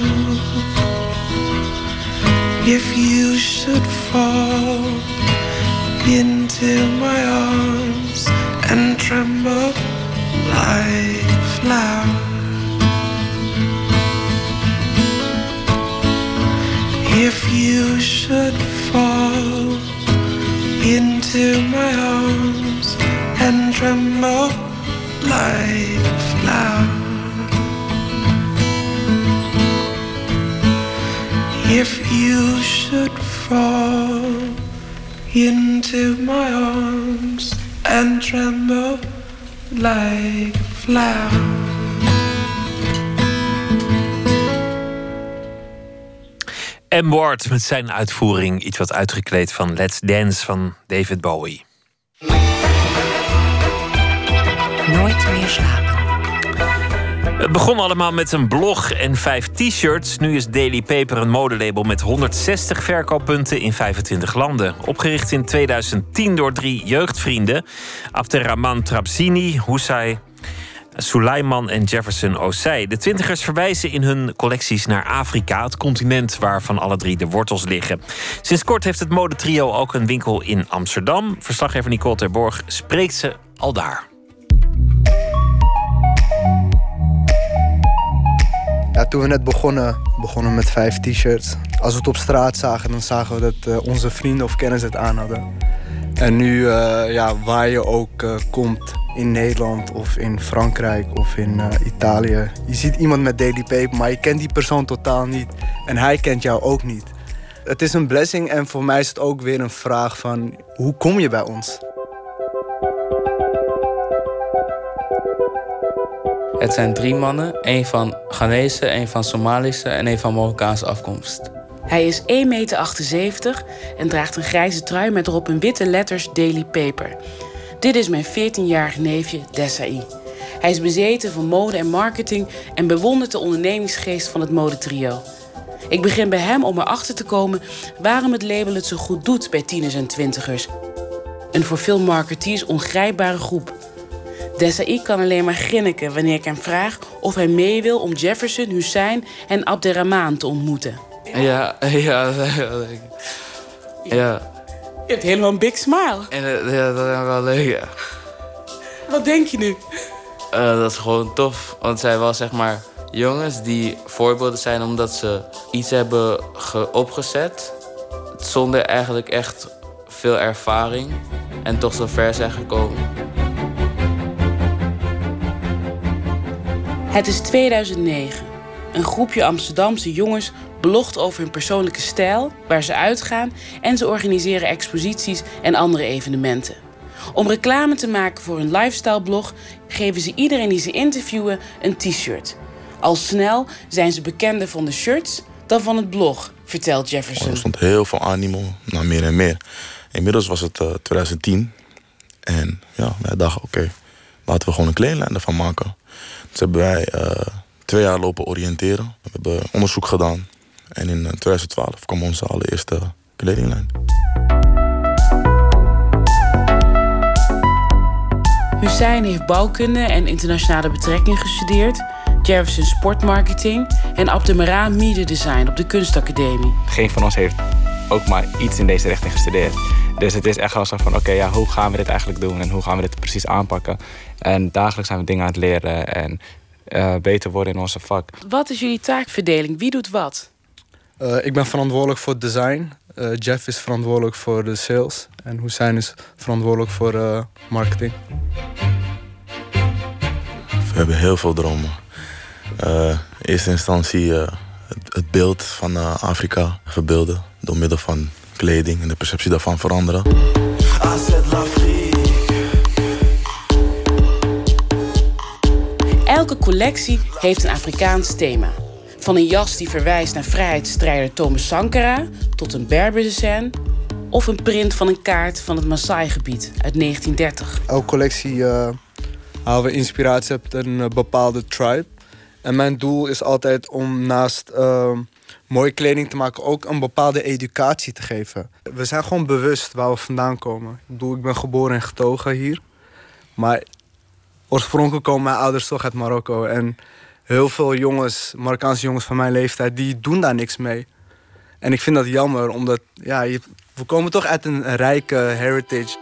If you should fall into my arms and tremble like flowers. If you should fall into my arms and tremble like flowers. If you should fall into my arms and tremble like a flower. M. Ward met zijn uitvoering, iets wat uitgekleed van Let's Dance van David Bowie. Nooit meer slapen. Het begon allemaal met een blog en 5 t-shirts. Nu is Daily Paper een modelabel met 160 verkooppunten in 25 landen. Opgericht in 2010 door 3 jeugdvrienden. Abderrahman Trabzini, Hussein Suleiman en Jefferson Osei. De 20ers verwijzen in hun collecties naar Afrika, het continent waarvan alle 3 de wortels liggen. Sinds kort heeft het modetrio ook een winkel in Amsterdam. Verslaggever Nicole Terborg spreekt ze al daar. Ja, toen we net begonnen met 5 t-shirts. Als we het op straat zagen, dan zagen we dat onze vrienden of kennissen het aan hadden. En nu, waar je ook komt in Nederland of in Frankrijk of in Italië. Je ziet iemand met Daily Paper, maar je kent die persoon totaal niet. En hij kent jou ook niet. Het is een blessing en voor mij is het ook weer een vraag van... hoe kom je bij ons? Het zijn 3 mannen, 1 van Ghanese, 1 van Somalische en 1 van Marokkaanse afkomst. Hij is 1,78 meter en draagt een grijze trui met erop een witte letters Daily Paper. Dit is mijn 14-jarige neefje Desai. Hij is bezeten van mode en marketing en bewondert de ondernemingsgeest van het modetrio. Ik begin bij hem om erachter te komen waarom het label het zo goed doet bij tieners en twintigers. Een voor veel marketeers ongrijpbare groep. Desai kan alleen maar grinniken wanneer ik hem vraag of hij mee wil om Jefferson, Hussein en Abderrahman te ontmoeten. Ja. Je hebt helemaal een big smile. En, ja, dat is wel leuk, ja. Wat denk je nu? Dat is gewoon tof. Want zij wel, zeg maar, jongens die voorbeelden zijn omdat ze iets hebben opgezet zonder eigenlijk echt veel ervaring en toch zo ver zijn gekomen. Het is 2009. Een groepje Amsterdamse jongens blogt over hun persoonlijke stijl, waar ze uitgaan en ze organiseren exposities en andere evenementen. Om reclame te maken voor hun lifestyle-blog geven ze iedereen die ze interviewen een t-shirt. Al snel zijn ze bekender van de shirts dan van het blog, vertelt Jefferson. Er stond heel veel animo, naar meer en meer. Inmiddels was het 2010 en ja, wij dachten oké, laten we gewoon een kledinglijn ervan maken. Dus hebben wij 2 jaar lopen oriënteren. We hebben onderzoek gedaan. En in 2012 kwam onze allereerste kledinglijn. Hussein heeft bouwkunde en internationale betrekkingen gestudeerd. Jefferson sportmarketing en Abderrahman media-design op de kunstacademie. Geen van ons heeft ook maar iets in deze richting gestudeerd. Dus het is echt wel zo van, oké, hoe gaan we dit eigenlijk doen en hoe gaan we dit precies aanpakken? En dagelijks zijn we dingen aan het leren en beter worden in onze vak. Wat is jullie taakverdeling? Wie doet wat? Ik ben verantwoordelijk voor het design. Jeff is verantwoordelijk voor de sales. En Hussein is verantwoordelijk voor marketing. We hebben heel veel dromen. In eerste instantie het beeld van Afrika verbeelden. Door middel van kleding en de perceptie daarvan veranderen. Elke collectie heeft een Afrikaans thema. Van een jas die verwijst naar vrijheidsstrijder Thomas Sankara tot een Berber-dessin of een print van een kaart van het Maasai-gebied uit 1930. Elke collectie halen we inspiratie uit een bepaalde tribe. En mijn doel is altijd om naast mooie kleding te maken ook een bepaalde educatie te geven. We zijn gewoon bewust waar we vandaan komen. Ik bedoel, ik ben geboren en getogen hier. Maar oorspronkelijk komen mijn ouders toch uit Marokko. En heel veel jongens, Marokkaanse jongens van mijn leeftijd, die doen daar niks mee. En ik vind dat jammer, omdat we komen toch uit een rijke heritage.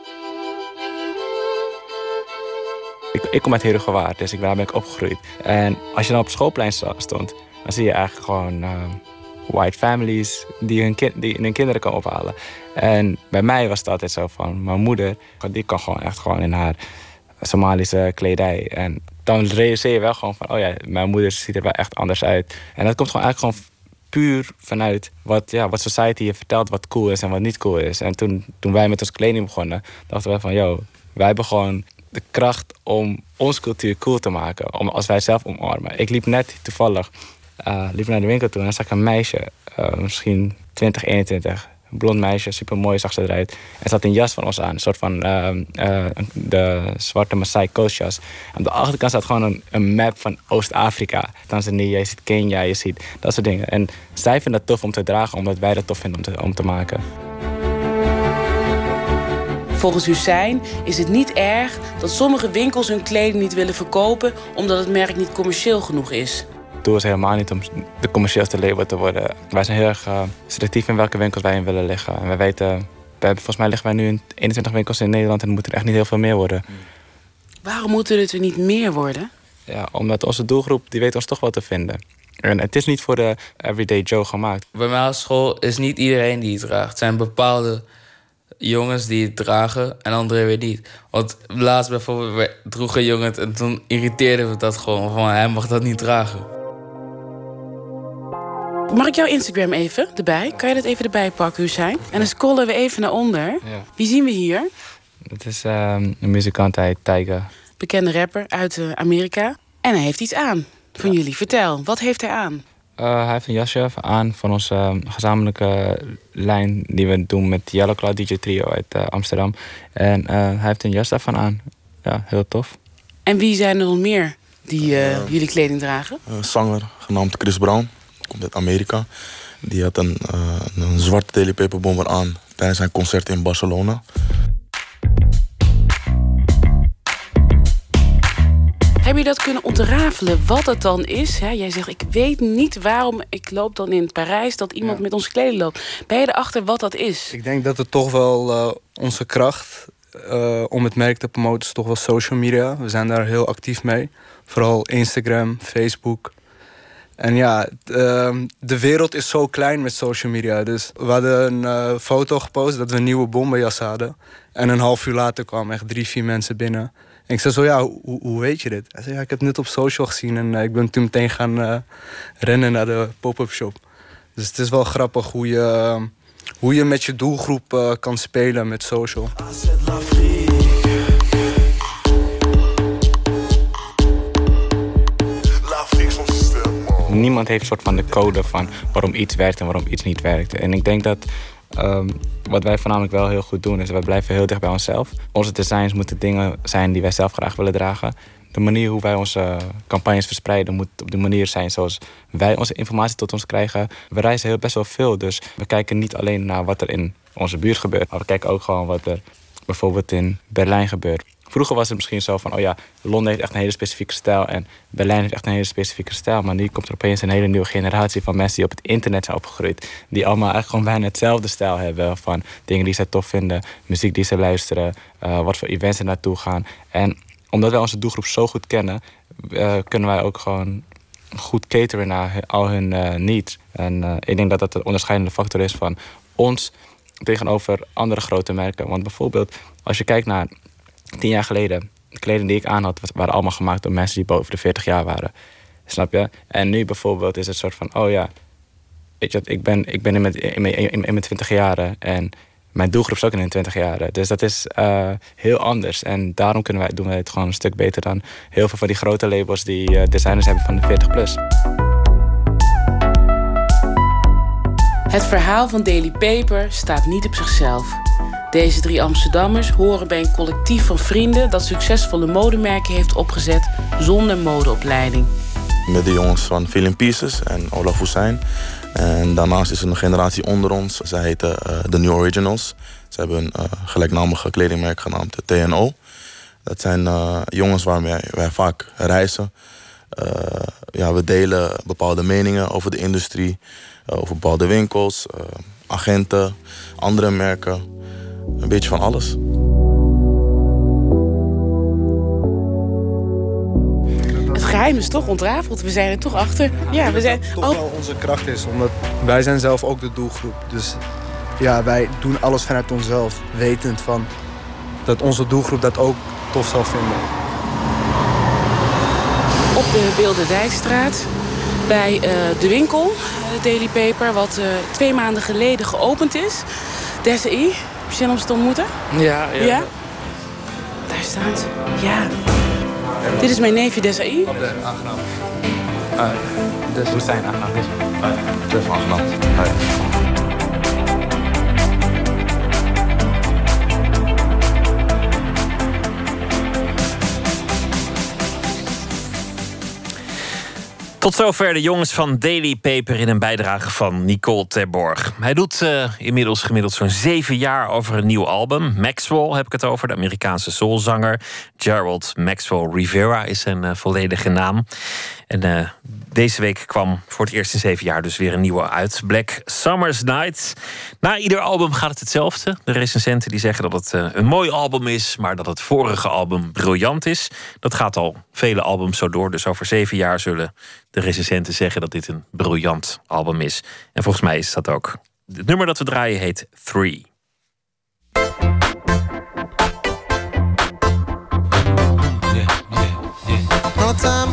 Ik kom uit Herugewaard, dus daar ben ik opgegroeid. En als je dan op het schoolplein stond, dan zie je eigenlijk gewoon white families die hun kinderen kan ophalen. En bij mij was het altijd zo van, mijn moeder, die kan gewoon echt gewoon in haar Somalische kledij. En dan realiseer je wel gewoon van, mijn moeder ziet er wel echt anders uit. En dat komt gewoon eigenlijk gewoon puur vanuit wat society je vertelt wat cool is en wat niet cool is. En toen wij met onze kleding begonnen, dachten wij van, wij hebben gewoon de kracht om onze cultuur cool te maken. Als wij zelf omarmen. Ik liep net toevallig naar de winkel toe en dan zag ik een meisje, misschien 20, 21. Een blond meisje, super mooi zag ze eruit. En ze had een jas van ons aan, een soort van de zwarte Maasai coastjas. En op de achterkant staat gewoon een map van Oost-Afrika. Tanzania, je ziet Kenia, je ziet dat soort dingen. En zij vinden dat tof om te dragen, omdat wij dat tof vinden om te maken. Volgens Hussein is het niet erg dat sommige winkels hun kleding niet willen verkopen omdat het merk niet commercieel genoeg is. Het doel is helemaal niet om de commercieelste label te worden. Wij zijn heel erg selectief in welke winkels wij in willen liggen. En wij weten, volgens mij liggen wij nu in 21 winkels in Nederland en er moeten er echt niet heel veel meer worden. Waarom moeten het er niet meer worden? Ja, omdat onze doelgroep, die weet ons toch wel te vinden. En het is niet voor de everyday Joe gemaakt. Bij mij op school is niet iedereen die het draagt. Het zijn bepaalde jongens die het dragen en anderen weer niet. Want laatst bijvoorbeeld droeg een jongen het en toen irriteerden we dat gewoon. Van, hij mag dat niet dragen. Mag ik jouw Instagram even erbij? Kan je dat even erbij pakken, Hussein? En dan scrollen we even naar onder. Ja. Wie zien we hier? Het is een muzikant uit Tyga. Bekende rapper uit Amerika. En hij heeft iets aan van jullie. Vertel, wat heeft hij aan? Hij heeft een jasje aan van onze gezamenlijke lijn die we doen met Yellow Cloud DJ Trio uit Amsterdam. En hij heeft een jas daarvan aan. Ja, heel tof. En wie zijn er nog meer die jullie kleding dragen? Een zanger genaamd Chris Brown, komt uit Amerika. Die had een zwarte Daily Paper bomber aan tijdens zijn concert in Barcelona. Heb je dat kunnen ontrafelen, wat het dan is? Hè? Jij zegt, ik weet niet waarom ik loop dan in Parijs dat iemand met onze kleding loopt. Ben je erachter wat dat is? Ik denk dat het toch wel onze kracht om het merk te promoten is toch wel social media. We zijn daar heel actief mee. Vooral Instagram, Facebook. En ja, de wereld is zo klein met social media. Dus we hadden een foto gepost dat we een nieuwe bomberjas hadden. En een half uur later kwamen echt 3-4 mensen binnen. En ik zei zo, ja, hoe weet je dit? Hij zei, ja, ik heb het net op social gezien en ik ben toen meteen gaan rennen naar de pop-up shop. Dus het is wel grappig hoe je met je doelgroep kan spelen met social. Niemand heeft een soort van de code van waarom iets werkt en waarom iets niet werkt. En ik denk dat wat wij voornamelijk wel heel goed doen is, wij blijven heel dicht bij onszelf. Onze designs moeten dingen zijn die wij zelf graag willen dragen. De manier hoe wij onze campagnes verspreiden moet op de manier zijn zoals wij onze informatie tot ons krijgen. We reizen best wel veel, dus we kijken niet alleen naar wat er in onze buurt gebeurt, maar we kijken ook gewoon wat er bijvoorbeeld in Berlijn gebeurt. Vroeger was het misschien zo van, oh ja, Londen heeft echt een hele specifieke stijl en Berlijn heeft echt een hele specifieke stijl. Maar nu komt er opeens een hele nieuwe generatie van mensen die op het internet zijn opgegroeid. Die allemaal eigenlijk gewoon bijna hetzelfde stijl hebben van dingen die zij tof vinden, muziek die ze luisteren, wat voor events er naartoe gaan. En omdat wij onze doelgroep zo goed kennen, kunnen wij ook gewoon goed cateren naar al hun needs. En ik denk dat dat de onderscheidende factor is van ons tegenover andere grote merken. Want bijvoorbeeld, als je kijkt naar 10 jaar geleden, de kleding die ik aan had, waren allemaal gemaakt door mensen die boven de 40 jaar waren. Snap je? En nu bijvoorbeeld is het soort van, oh ja, weet je, ik ben in mijn 20 jaren en mijn doelgroep is ook in de 20 jaren. Dus dat is heel anders. En daarom doen wij het gewoon een stuk beter dan heel veel van die grote labels die designers hebben van de 40 plus. Het verhaal van Daily Paper staat niet op zichzelf. Deze 3 Amsterdammers horen bij een collectief van vrienden dat succesvolle modemerken heeft opgezet zonder modeopleiding. Met de jongens van Feeling Pieces en Olaf Hussein. En daarnaast is er een generatie onder ons. Zij heten The New Originals. Ze hebben een gelijknamige kledingmerk genaamd TNO. Dat zijn jongens waarmee wij vaak reizen. We delen bepaalde meningen over de industrie, over bepaalde winkels, agenten, andere merken. Een beetje van alles. Het geheim is toch ontrafeld. We zijn er toch achter. Ja, we zijn toch wel onze kracht is, omdat wij zijn zelf ook de doelgroep. Dus ja, wij doen alles vanuit onszelf, wetend van dat onze doelgroep dat ook tof zal vinden. Op de Bilderdijkstraat bij de winkel, Daily Paper, wat 2 maanden geleden geopend is. Desai. Heb je zin om ze te ontmoeten? Ja? Daar staan ze. Ja. Dit is mijn neefje Desai. Aangenaam. Hoe zijn aangenaam? Jeff, aangenaam. Tot zover de jongens van Daily Paper in een bijdrage van Nicole Terborg. Hij doet inmiddels gemiddeld zo'n 7 jaar over een nieuw album. Maxwell heb ik het over, de Amerikaanse soulzanger. Gerald Maxwell Rivera is zijn volledige naam. En deze week kwam voor het eerst in 7 jaar dus weer een nieuwe uit. Black Summer's Night. Na ieder album gaat het hetzelfde. De recensenten die zeggen dat het een mooi album is, maar dat het vorige album briljant is. Dat gaat al vele albums zo door. Dus over 7 jaar zullen de recensenten zeggen dat dit een briljant album is. En volgens mij is dat ook. Het nummer dat we draaien heet 3. One time.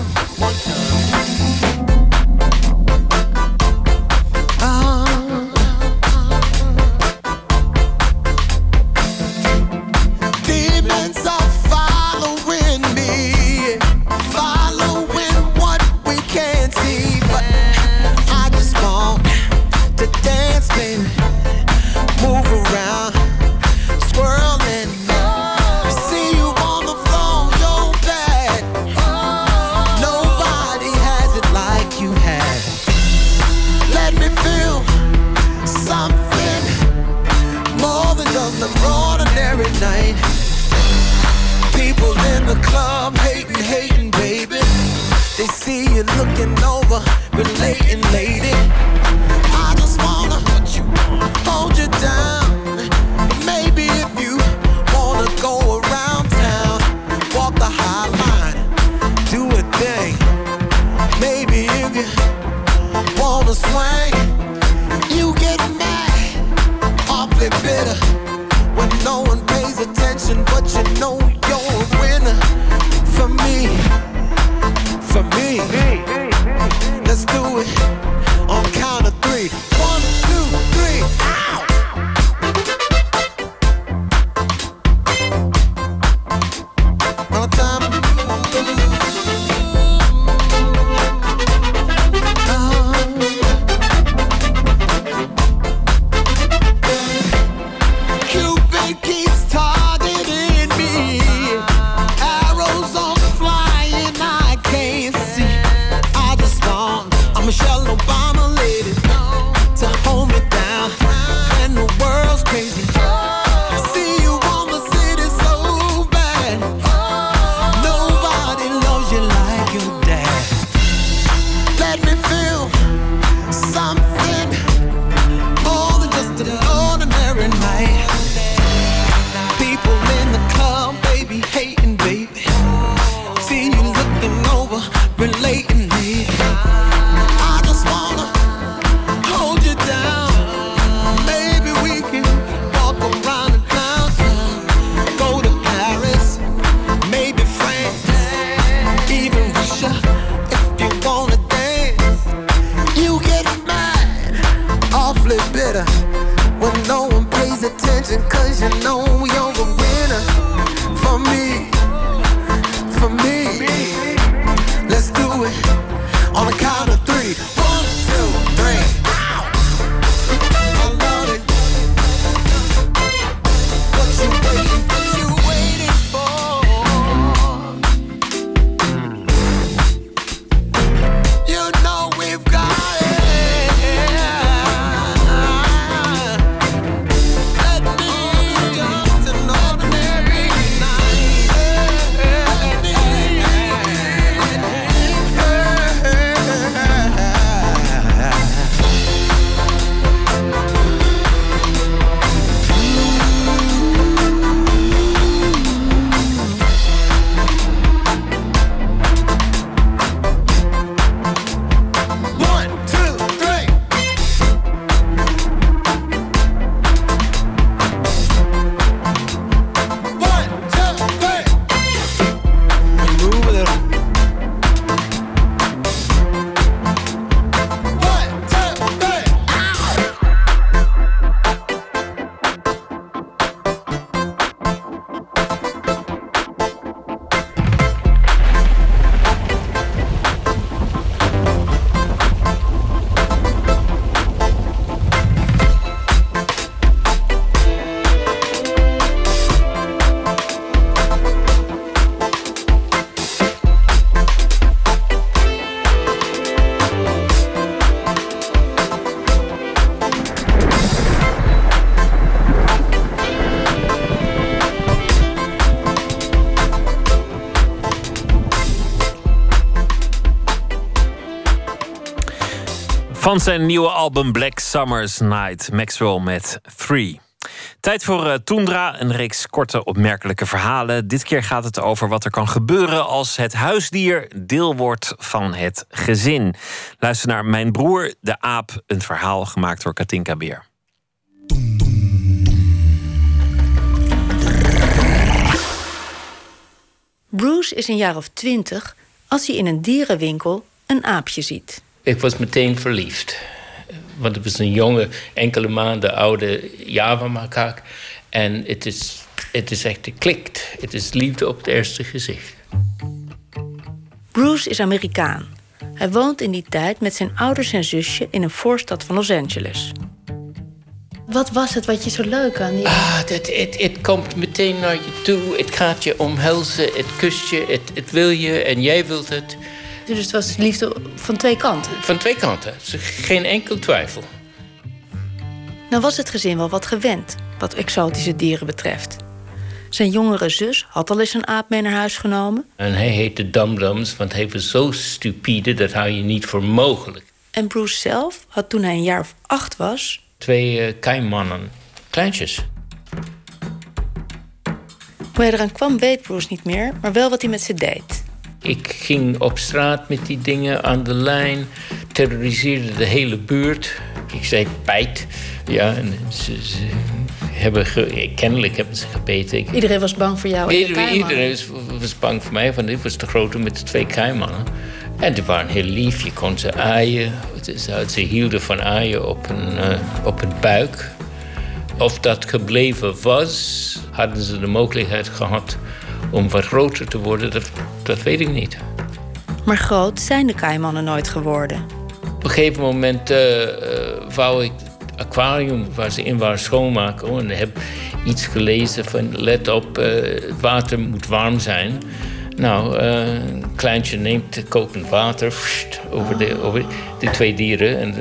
Demons are following me, following what we can't see. But I just want to dance, baby, move around, swirling. See you on the floor, you're bad. Nobody has it like you have. Let me feel something more than just an ordinary night. People in the club hating, baby. They see you looking over, relating, lady. I just wanna hold you down. Maybe if you wanna go around town, walk the high line, do a thing. Maybe if you wanna swing, you get mad, awfully bitter, when no one pays attention, but you know you're a winner. For me, let's do it on count of 3. 1, 2, 3, ow! One time. Cupid keeps targeting me. Arrows are flying, I can't see. I just want a Michelle Van zijn nieuwe album Black Summer's Night, Maxwell met 3. Tijd voor Toendra, een reeks korte opmerkelijke verhalen. Dit keer gaat het over wat er kan gebeuren als het huisdier deel wordt van het gezin. Luister naar Mijn broer, de aap, een verhaal gemaakt door Katinka Beer. Bruce is een jaar of 20 als hij in een dierenwinkel een aapje ziet. Ik was meteen verliefd. Want het was een jonge, enkele maanden oude Java-makaak. En het is echt geklikt. Het is liefde op het eerste gezicht. Bruce is Amerikaan. Hij woont in die tijd met zijn ouders en zusje in een voorstad van Los Angeles. Wat was het wat je zo leuk aan die... Het komt meteen naar je toe. Het gaat je omhelzen, het kust je, het wil je en jij wilt het. Dus het was liefde van twee kanten? Van twee kanten, geen enkel twijfel. Nou was het gezin wel wat gewend, wat exotische dieren betreft. Zijn jongere zus had al eens een aap mee naar huis genomen. En hij heette Dum-Dums, want hij was zo stupide, dat hou je niet voor mogelijk. En Bruce zelf had toen hij een jaar of 8 was... 2 keimannen, kleintjes. Hoe hij eraan kwam weet Bruce niet meer, maar wel wat hij met ze deed. Ik ging op straat met die dingen aan de lijn, terroriseerde de hele buurt. Ik zei bijt. Ja, en kennelijk hebben ze gebeten. Iedereen was bang voor jou. Iedereen was bang voor mij, want ik was de grote met de 2 keimannen. En die waren heel lief, je kon ze aaien. Ze hielden van aaien op het buik. Of dat gebleven was, hadden ze de mogelijkheid gehad om wat groter te worden, dat weet ik niet. Maar groot zijn de keimannen nooit geworden. Op een gegeven moment wou ik het aquarium waar ze in waren schoonmaken. En ik heb iets gelezen van let op, het water moet warm zijn. Nou, een kleintje neemt kokend water over de 2 dieren. En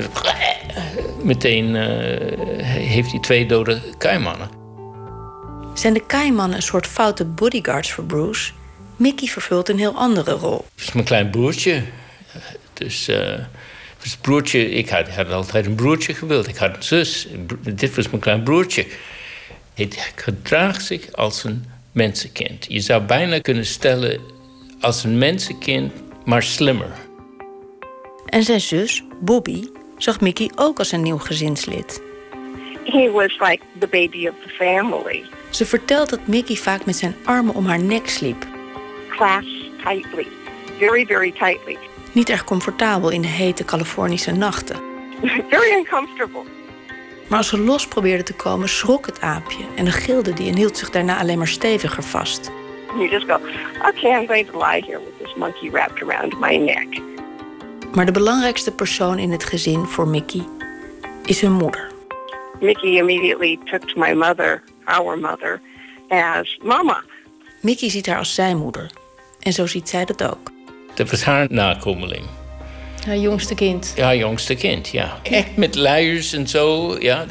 meteen heeft hij 2 dode keimannen. Zijn de keimannen een soort foute bodyguards voor Bruce? Mickey vervult een heel andere rol. Het is mijn klein broertje. Dus broertje, ik had altijd een broertje gewild. Ik had een zus. Dit was mijn klein broertje. Hij gedraagt zich als een mensenkind. Je zou bijna kunnen stellen als een mensenkind, maar slimmer. En zijn zus, Bobby, zag Mickey ook als een nieuw gezinslid. He was like the baby of the family. Ze vertelt dat Mickey vaak met zijn armen om haar nek sliep. Clasped tightly. Very, very tightly. Niet erg comfortabel in de hete Californische nachten. Very uncomfortable. Maar als ze los probeerde te komen, schrok het aapje. En dan gilde die en hield zich daarna alleen maar steviger vast. You just go, okay, I'm going to lie here with this monkey wrapped around my neck. Maar de belangrijkste persoon in het gezin voor Mickey is hun moeder. Mickey immediately took to my mother, our mother, as mama. Mickey ziet haar als zijn moeder. En zo ziet zij dat ook. Dat was haar nakomeling. Haar jongste kind. Ja, jongste kind, ja. Echt met luiers en zo. Ja,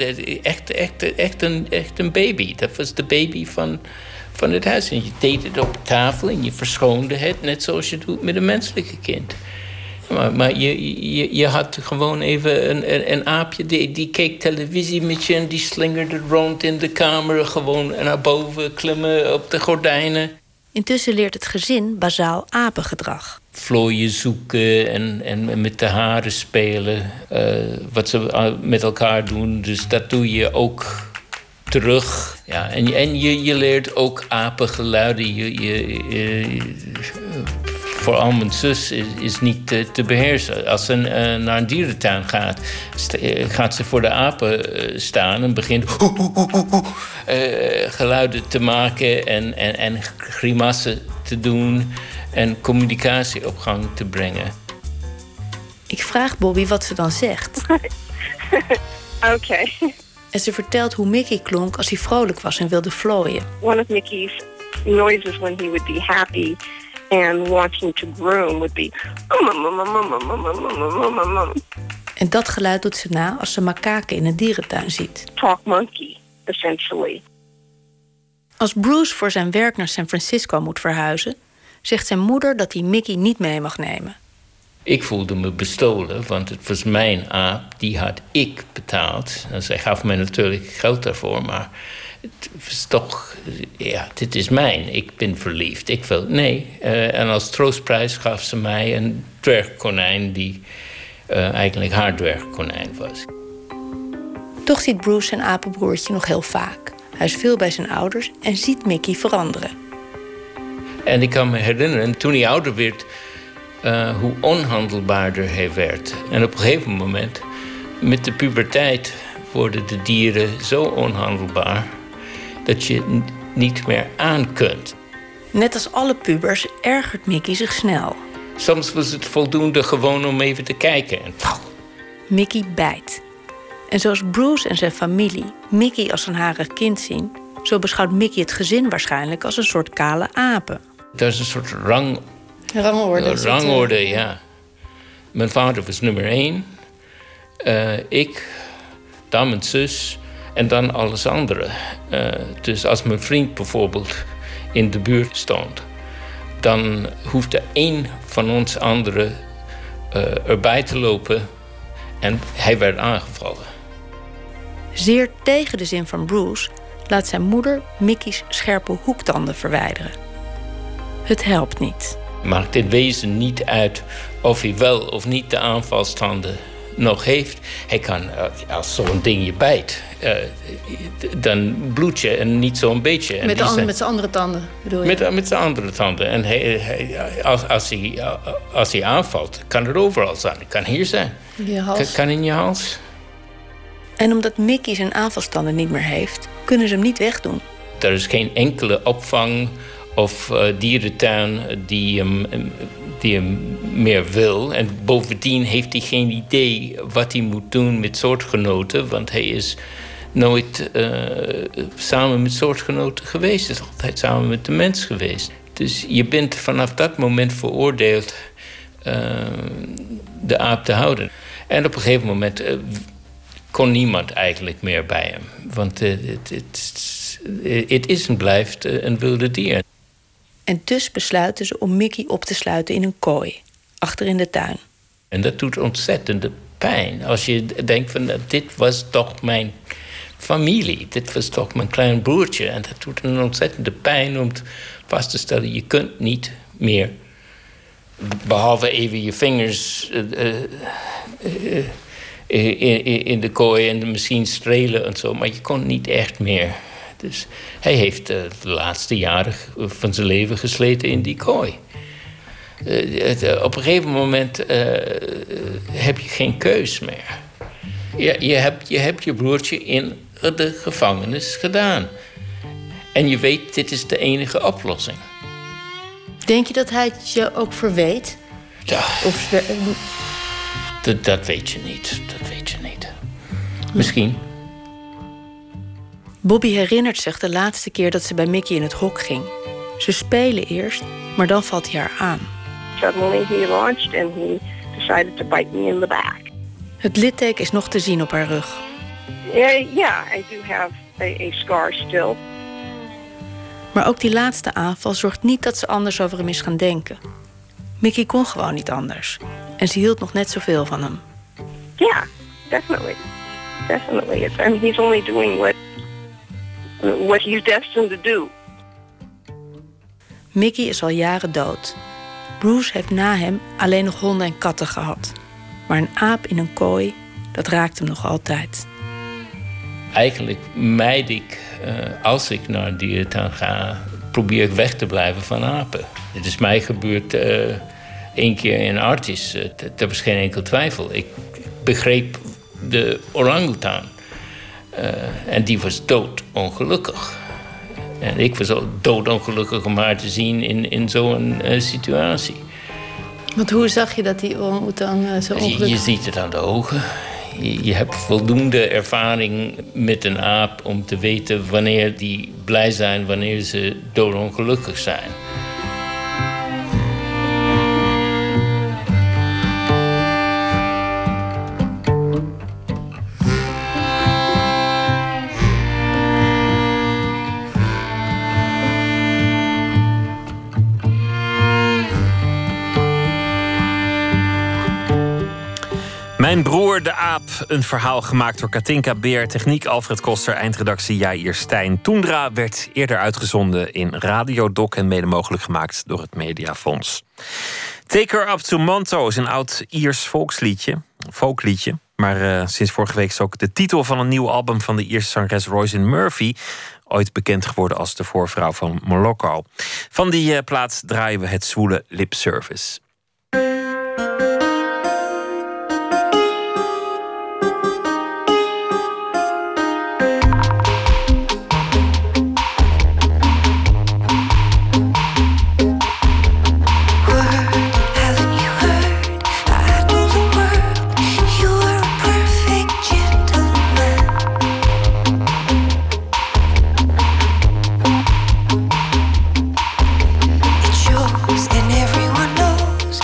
echt een baby. Dat was de baby van het huis. En je deed het op tafel en je verschoonde het. Net zoals je doet met een menselijke kind. Maar je had gewoon even een aapje die keek televisie met je en die slingerde rond in de kamer. Gewoon naar boven klimmen op de gordijnen. Intussen leert het gezin bazaal apengedrag. Vlooien zoeken en met de haren spelen. Wat ze met elkaar doen. Dus dat doe je ook terug. Ja, en je leert ook apengeluiden. Vooral mijn zus is niet te beheersen. Als ze naar een dierentuin gaat ze voor de apen staan en begint geluiden te maken en grimassen te doen en communicatie op gang te brengen. Ik vraag Bobby wat ze dan zegt. Okay. En ze vertelt hoe Mickey klonk als hij vrolijk was en wilde vlooien. One of Mickey's noises when he would be happy and wanting to groom would be... En dat geluid doet ze na als ze makaken in een dierentuin ziet. Talk monkey, essentially. Als Bruce voor zijn werk naar San Francisco moet verhuizen, zegt zijn moeder dat hij Mickey niet mee mag nemen. Ik voelde me bestolen, want het was mijn aap. Die had ik betaald. En zij gaf me natuurlijk geld daarvoor, maar het was toch... Ja, dit is mijn. Ik ben verliefd. Ik wil... Nee. En als troostprijs gaf ze mij een dwergkonijn die eigenlijk haar dwergkonijn was. Toch ziet Bruce zijn apenbroertje nog heel vaak. Hij is veel bij zijn ouders en ziet Mickey veranderen. En ik kan me herinneren, toen hij ouder werd, hoe onhandelbaarder hij werd. En op een gegeven moment, met de puberteit, worden de dieren zo onhandelbaar dat je niet meer aan kunt. Net als alle pubers ergert Mickey zich snel. Soms was het voldoende gewoon om even te kijken. En Mickey bijt. En zoals Bruce en zijn familie Mickey als een harig kind zien, zo beschouwt Mickey het gezin waarschijnlijk als een soort kale apen. Dat is een soort rangorde. Ja. Mijn vader was nummer 1. Ik, dan mijn zus en dan alles andere. Dus als mijn vriend bijvoorbeeld in de buurt stond, dan hoefde 1 van ons anderen erbij te lopen en hij werd aangevallen. Zeer tegen de zin van Bruce laat zijn moeder Mickey's scherpe hoektanden verwijderen. Het helpt niet. Maakt in wezen niet uit of hij wel of niet de aanvalstanden nog heeft. Hij kan, als zo'n ding je bijt, dan bloed je en niet zo'n beetje. En met zijn andere tanden, bedoel je? Met zijn andere tanden. En als hij aanvalt, kan het overal zijn. Het kan hier zijn. In je hals. Kan in je hals. En omdat Mickey zijn aanvalstanden niet meer heeft, kunnen ze hem niet wegdoen. Er is geen enkele opvang of dierentuin die hem meer wil. En bovendien heeft hij geen idee wat hij moet doen met soortgenoten, want hij is nooit samen met soortgenoten geweest. Hij is altijd samen met de mens geweest. Dus je bent vanaf dat moment veroordeeld de aap te houden. En op een gegeven moment kon niemand eigenlijk meer bij hem. Want het is en blijft een wilde dier. En dus besluiten ze om Mickey op te sluiten in een kooi, achter in de tuin. En dat doet ontzettende pijn. Als je denkt van, dit was toch mijn familie. Dit was toch mijn klein broertje. En dat doet een ontzettende pijn om vast te stellen, je kunt niet meer, behalve even je vingers in de kooi en misschien strelen en zo, maar je kon niet echt meer. Dus hij heeft de laatste jaren van zijn leven gesleten in die kooi. Op een gegeven moment heb je geen keus meer. Je hebt je broertje in de gevangenis gedaan. En je weet, dit is de enige oplossing. Denk je dat hij het je ook verweet? Ja. Dat weet je niet. Dat weet je niet. Misschien. Bobby herinnert zich de laatste keer dat ze bij Mickey in het hok ging. Ze spelen eerst, maar dan valt hij haar aan. Suddenly he launched and he decided to bite me in the back. Het litteken is nog te zien op haar rug. Yeah, I do have a scar still. Maar ook die laatste aanval zorgt niet dat ze anders over hem is gaan denken. Mickey kon gewoon niet anders. En ze hield nog net zoveel van hem. Yeah, definitely. Definitely. And he's only doing what he's destined to do. Mickey is al jaren dood. Bruce heeft na hem alleen nog honden en katten gehad. Maar een aap in een kooi, dat raakt hem nog altijd. Eigenlijk mijd ik, als ik naar een dierentuin ga, probeer ik weg te blijven van apen. Dit is mij gebeurd 1 keer in Artis. Daar was geen enkel twijfel. Ik begreep de orangutan. En die was doodongelukkig. En ik was ook doodongelukkig om haar te zien in zo'n situatie. Want hoe zag je dat die orangutan zo ongelukkig? Je ziet het aan de ogen. Je hebt voldoende ervaring met een aap om te weten wanneer die blij zijn, wanneer ze doodongelukkig zijn. Mijn broer de aap. Een verhaal gemaakt door Katinka Beer. Techniek Alfred Koster. Eindredactie Jair Stijn. Toendra werd eerder uitgezonden in Radiodoc en mede mogelijk gemaakt door het Mediafonds. Take Her Up to Monto is een oud Iers folkliedje. Maar sinds vorige week is ook de titel van een nieuw album van de Ierse zangeres Roisin Murphy, ooit bekend geworden als de voorvrouw van Moloko. Van die plaat draaien we het zwoele Lip Service. And everyone knows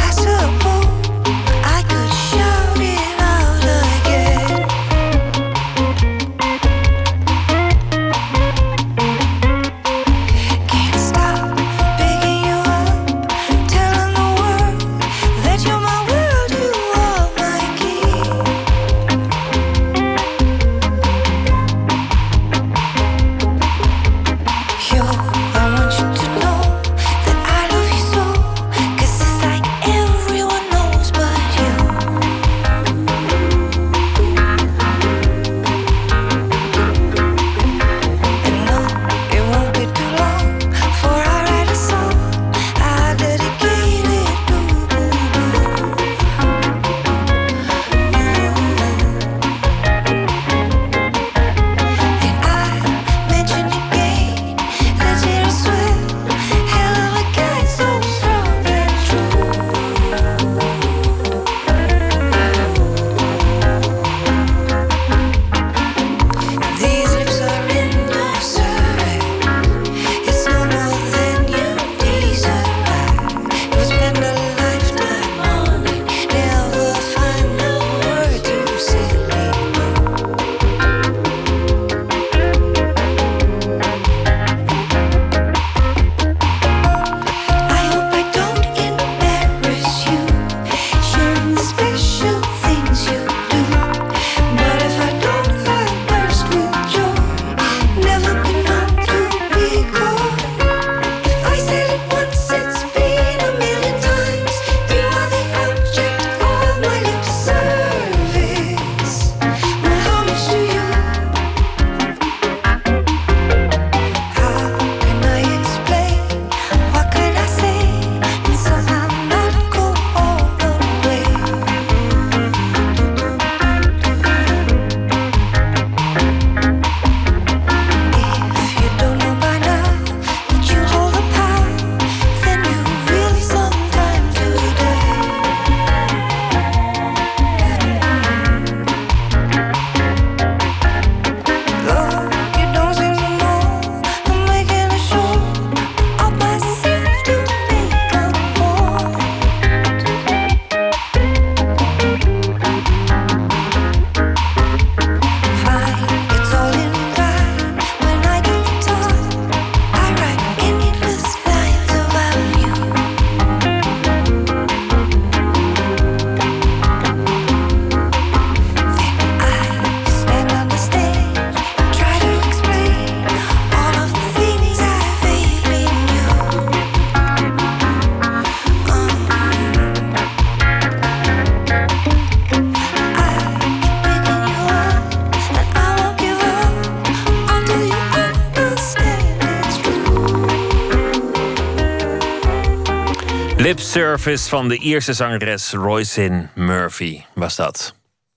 Lip Service van de Ierse zangeres Roisin Murphy was dat.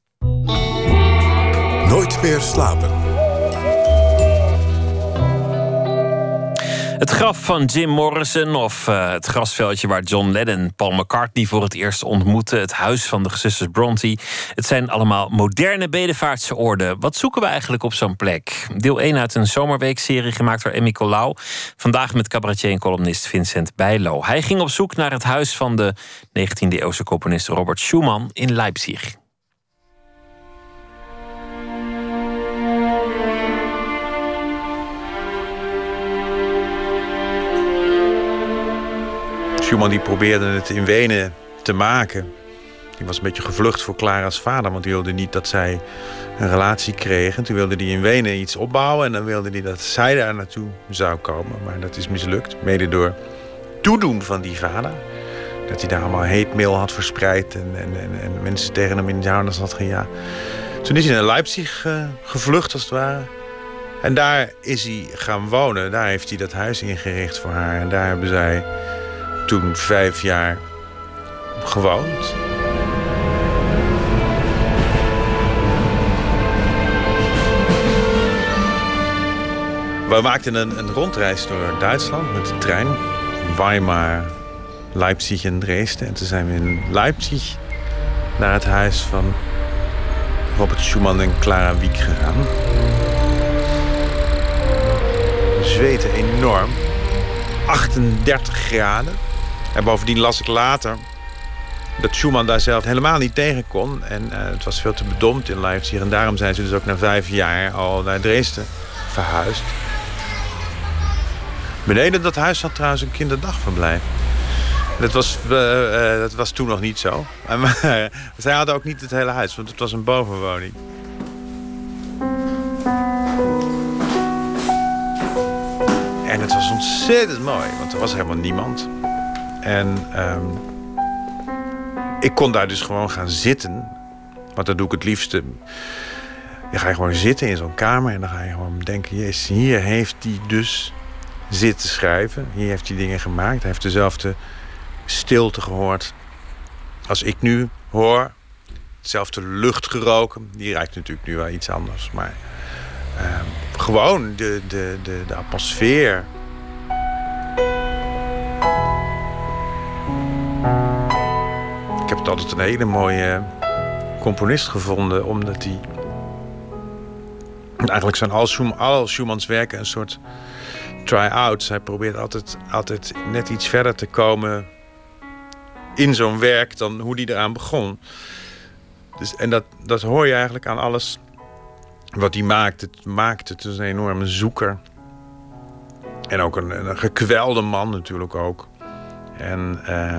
Nooit meer slapen. Het graf van Jim Morrison of het grasveldje waar John Lennon Paul McCartney voor het eerst ontmoette. Het huis van de gezusters Brontë. Het zijn allemaal moderne bedevaartse oorden. Wat zoeken we eigenlijk op zo'n plek? Deel 1 uit een zomerweekserie gemaakt door Emmy Colau. Vandaag met cabaretier en columnist Vincent Bijlo. Hij ging op zoek naar het huis van de 19e-eeuwse componist Robert Schumann in Leipzig. Schumann die probeerde het in Wenen te maken. Die was een beetje gevlucht voor Clara's vader, want die wilde niet dat zij een relatie kreeg. En toen wilde hij in Wenen iets opbouwen en dan wilde hij dat zij daar naartoe zou komen. Maar dat is mislukt, mede door toedoen van die vader. Dat hij daar allemaal hate mail had verspreid en mensen tegen hem in de harnas had gejaagd. Toen is hij naar Leipzig gevlucht, als het ware. En daar is hij gaan wonen. Daar heeft hij dat huis ingericht voor haar. En daar hebben zij toen 5 jaar gewoond. We maakten een rondreis door Duitsland met de trein. Weimar, Leipzig en Dresden. En toen zijn we in Leipzig naar het huis van Robert Schumann en Clara Wieck gegaan. We zweten enorm. 38 graden. En bovendien las ik later dat Schumann daar zelf helemaal niet tegen kon. En het was veel te bedompt in Leipzig. En daarom zijn ze dus ook na 5 jaar al naar Dresden verhuisd. Beneden dat huis had trouwens een kinderdagverblijf. Dat was toen nog niet zo. Maar zij hadden ook niet het hele huis, want het was een bovenwoning. En het was ontzettend mooi, want er was helemaal niemand. En ik kon daar dus gewoon gaan zitten. Want dat doe ik het liefste. Dan ga je gewoon zitten in zo'n kamer en dan ga je gewoon denken... Jezus, hier heeft hij dus zitten schrijven. Hier heeft hij dingen gemaakt. Hij heeft dezelfde stilte gehoord als ik nu hoor. Hetzelfde lucht geroken. Die ruikt natuurlijk nu wel iets anders. Maar gewoon de atmosfeer. Ik heb het altijd een hele mooie componist gevonden, omdat hij eigenlijk zijn al Schumans werken een soort try-outs. Hij probeert altijd net iets verder te komen in zo'n werk dan hoe hij eraan begon. Dus, en dat hoor je eigenlijk aan alles wat hij maakt. Het maakt het dus een enorme zoeker. En ook een gekwelde man natuurlijk ook. En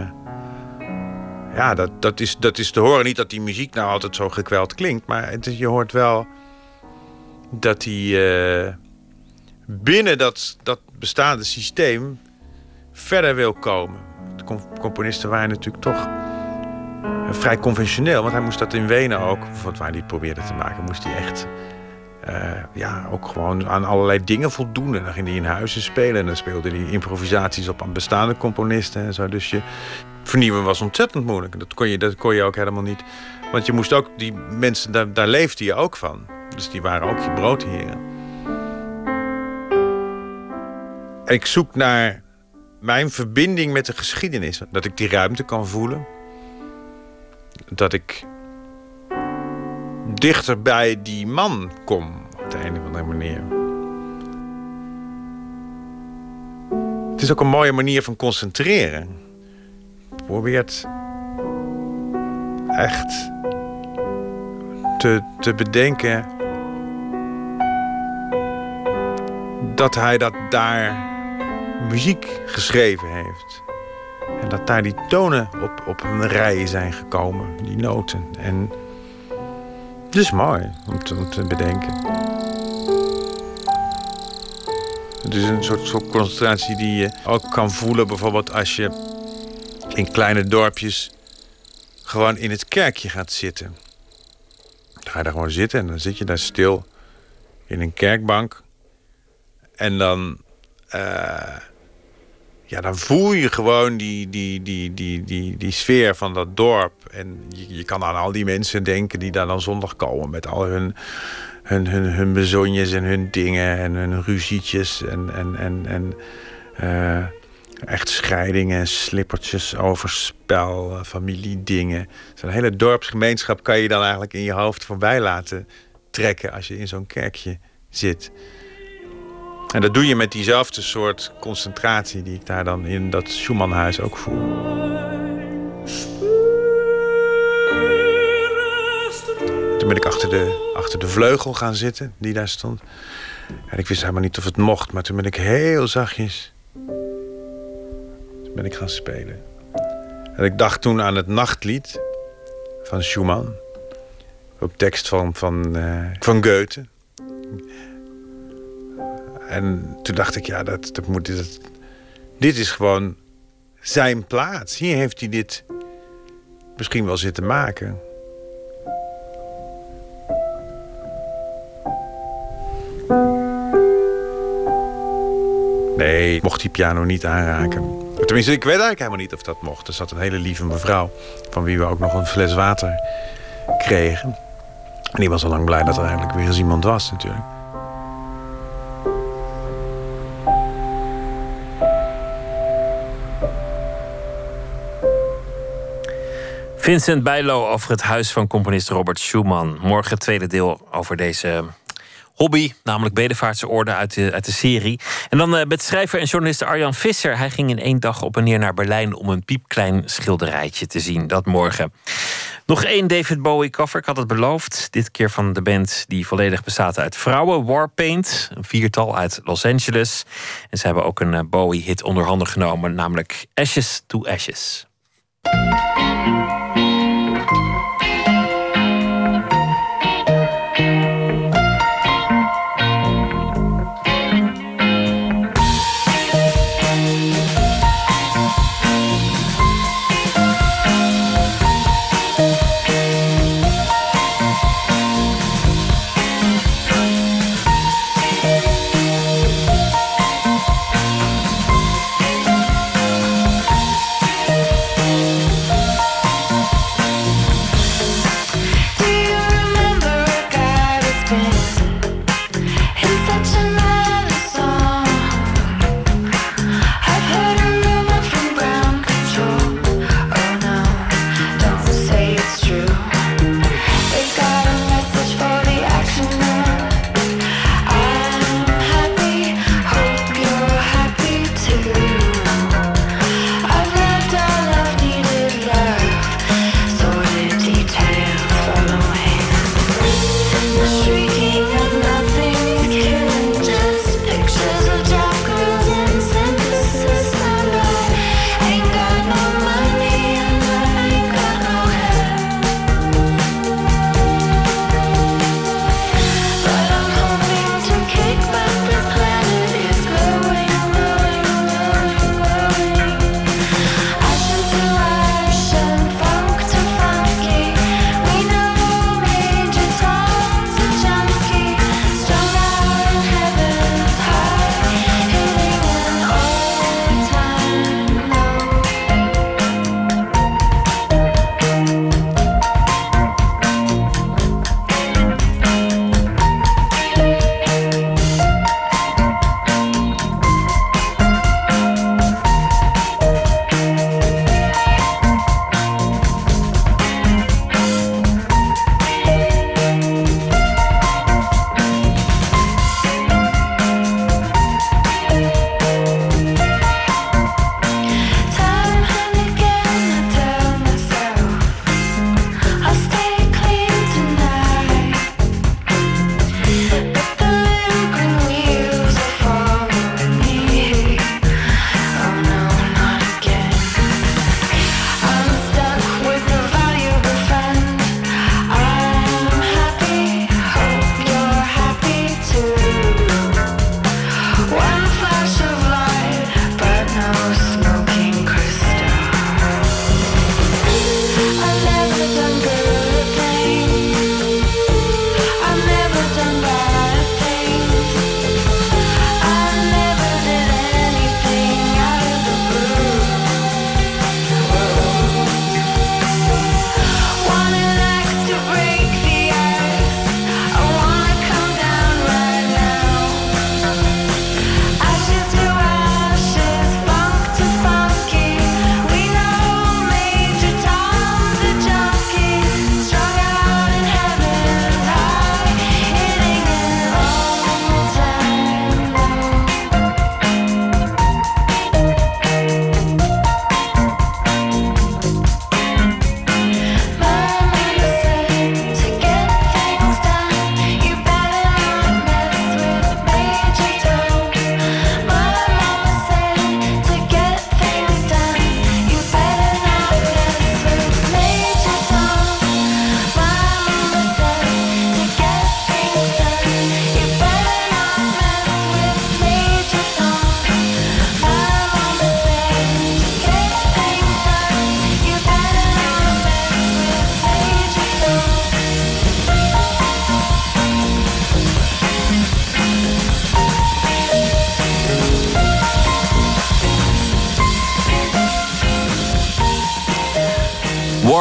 ja, dat is te horen. Niet dat die muziek nou altijd zo gekweld klinkt, maar je hoort wel dat hij binnen dat bestaande systeem verder wil komen. De componisten waren natuurlijk toch vrij conventioneel, want hij moest dat in Wenen ook, wat waar hij het probeerde te maken, moest hij echt ook gewoon aan allerlei dingen voldoen. En dan ging hij in huizen spelen en dan speelde hij improvisaties op aan bestaande componisten en zo. Dus vernieuwen was ontzettend moeilijk. Dat kon je ook helemaal niet. Want je moest ook, die mensen, daar leefde je ook van. Dus die waren ook je broodheren. En ik zoek naar mijn verbinding met de geschiedenis. Dat ik die ruimte kan voelen. Dat ik dichter bij die man kom, op de een of andere manier. Het is ook een mooie manier van concentreren. Je probeert echt te bedenken dat hij daar muziek geschreven heeft. En dat daar die tonen op een rij zijn gekomen, die noten. En het is mooi om te bedenken. Het is een soort concentratie die je ook kan voelen, bijvoorbeeld als je in kleine dorpjes gewoon in het kerkje gaat zitten. Dan ga je daar gewoon zitten en dan zit je daar stil in een kerkbank. En dan dan voel je gewoon die sfeer van dat dorp. En je kan aan al die mensen denken die daar dan zondag komen met al hun bezonjes en hun dingen en hun ruzietjes en echt scheidingen, slippertjes, overspel, familiedingen. Zo'n hele dorpsgemeenschap kan je dan eigenlijk in je hoofd voorbij laten trekken als je in zo'n kerkje zit. En dat doe je met diezelfde soort concentratie die ik daar dan in dat Schumannhuis ook voel. Toen ben ik achter de vleugel gaan zitten die daar stond. En ik wist helemaal niet of het mocht, maar toen ben ik heel zachtjes gaan spelen. En ik dacht toen aan het nachtlied van Schumann. Op tekst van Goethe. En toen dacht ik, ja, dit is gewoon zijn plaats. Hier heeft hij dit misschien wel zitten maken. Nee, ik mocht die piano niet aanraken. Tenminste, ik weet eigenlijk helemaal niet of dat mocht. Er zat een hele lieve mevrouw, van wie we ook nog een fles water kregen. En die was al lang blij dat er eindelijk weer eens iemand was, natuurlijk. Vincent Bijlo over het huis van componist Robert Schumann. Morgen het tweede deel over deze hobby, namelijk bedevaartsoorden uit de serie. En dan met schrijver en journalist Arjan Visser. Hij ging in 1 dag op en neer naar Berlijn om een piepklein schilderijtje te zien. Dat morgen. Nog 1 David Bowie cover, ik had het beloofd. Dit keer van de band die volledig bestaat uit vrouwen. Warpaint, een 4-tal uit Los Angeles. En ze hebben ook een Bowie-hit onder handen genomen, namelijk Ashes to Ashes.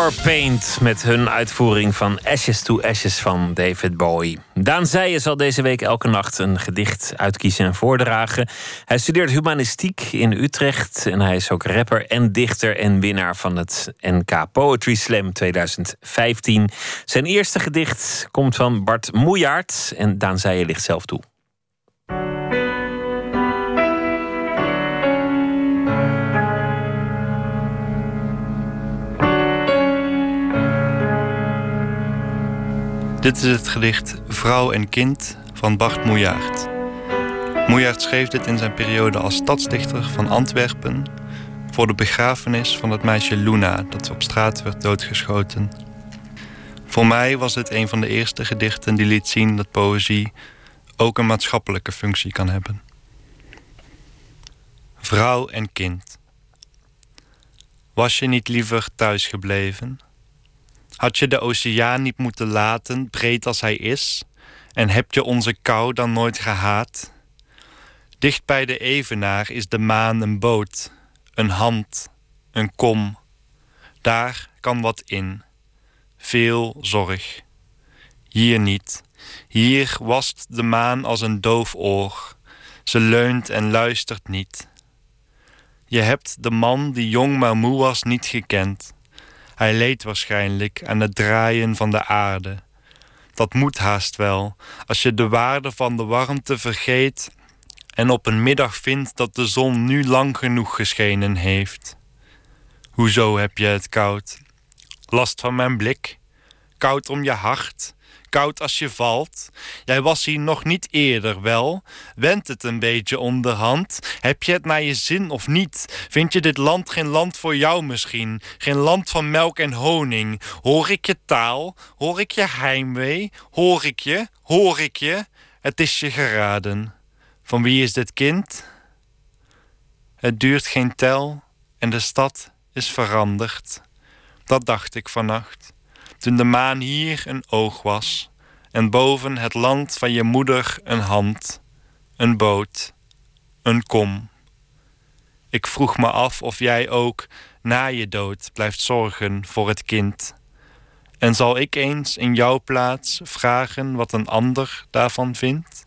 Warpaint met hun uitvoering van Ashes to Ashes van David Bowie. Daan Zeijen zal deze week elke nacht een gedicht uitkiezen en voordragen. Hij studeert humanistiek in Utrecht en hij is ook rapper en dichter en winnaar van het NK Poetry Slam 2015. Zijn eerste gedicht komt van Bart Moejaert en Daan Zeijen ligt zelf toe. Dit is het gedicht Vrouw en Kind van Bart Moejaert. Moejaert schreef dit in zijn periode als stadsdichter van Antwerpen voor de begrafenis van het meisje Luna dat op straat werd doodgeschoten. Voor mij was dit een van de eerste gedichten die liet zien dat poëzie ook een maatschappelijke functie kan hebben. Vrouw en kind. Was je niet liever thuis gebleven? Had je de oceaan niet moeten laten, breed als hij is? En heb je onze kou dan nooit gehaat? Dicht bij de evenaar is de maan een boot, een hand, een kom. Daar kan wat in. Veel zorg. Hier niet. Hier wast de maan als een doof oor. Ze leunt en luistert niet. Je hebt de man die jong maar moe was niet gekend. Hij leed waarschijnlijk aan het draaien van de aarde. Dat moet haast wel, als je de waarde van de warmte vergeet en op een middag vindt dat de zon nu lang genoeg geschenen heeft. Hoezo heb je het koud? Last van mijn blik? Koud om je hart? Koud als je valt? Jij was hier nog niet eerder, wel? Wendt het een beetje onderhand? Heb je het naar je zin of niet? Vind je dit land geen land voor jou misschien? Geen land van melk en honing? Hoor ik je taal? Hoor ik je heimwee? Hoor ik je? Hoor ik je? Het is je geraden. Van wie is dit kind? Het duurt geen tel en de stad is veranderd. Dat dacht ik vannacht. Toen de maan hier een oog was en boven het land van je moeder een hand, een boot, een kom. Ik vroeg me af of jij ook na je dood blijft zorgen voor het kind. En zal ik eens in jouw plaats vragen wat een ander daarvan vindt?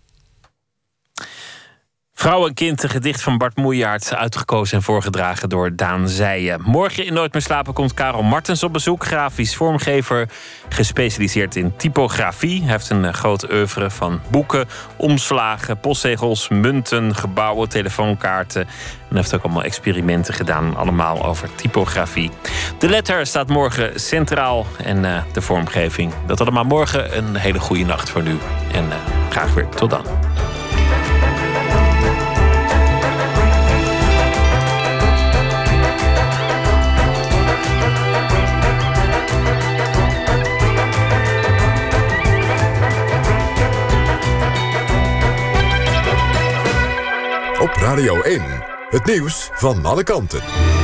Vrouw en kind, een gedicht van Bart Moejaert, uitgekozen en voorgedragen door Daan Zeijen. Morgen in Nooit meer slapen komt Karel Martens op bezoek, grafisch vormgever, gespecialiseerd in typografie. Hij heeft een groot oeuvre van boeken, omslagen, postzegels, munten, gebouwen, telefoonkaarten. En heeft ook allemaal experimenten gedaan, allemaal over typografie. De letter staat morgen centraal en de vormgeving. Dat allemaal morgen. Een hele goede nacht voor nu en graag weer tot dan. Op Radio 1, het nieuws van alle kanten.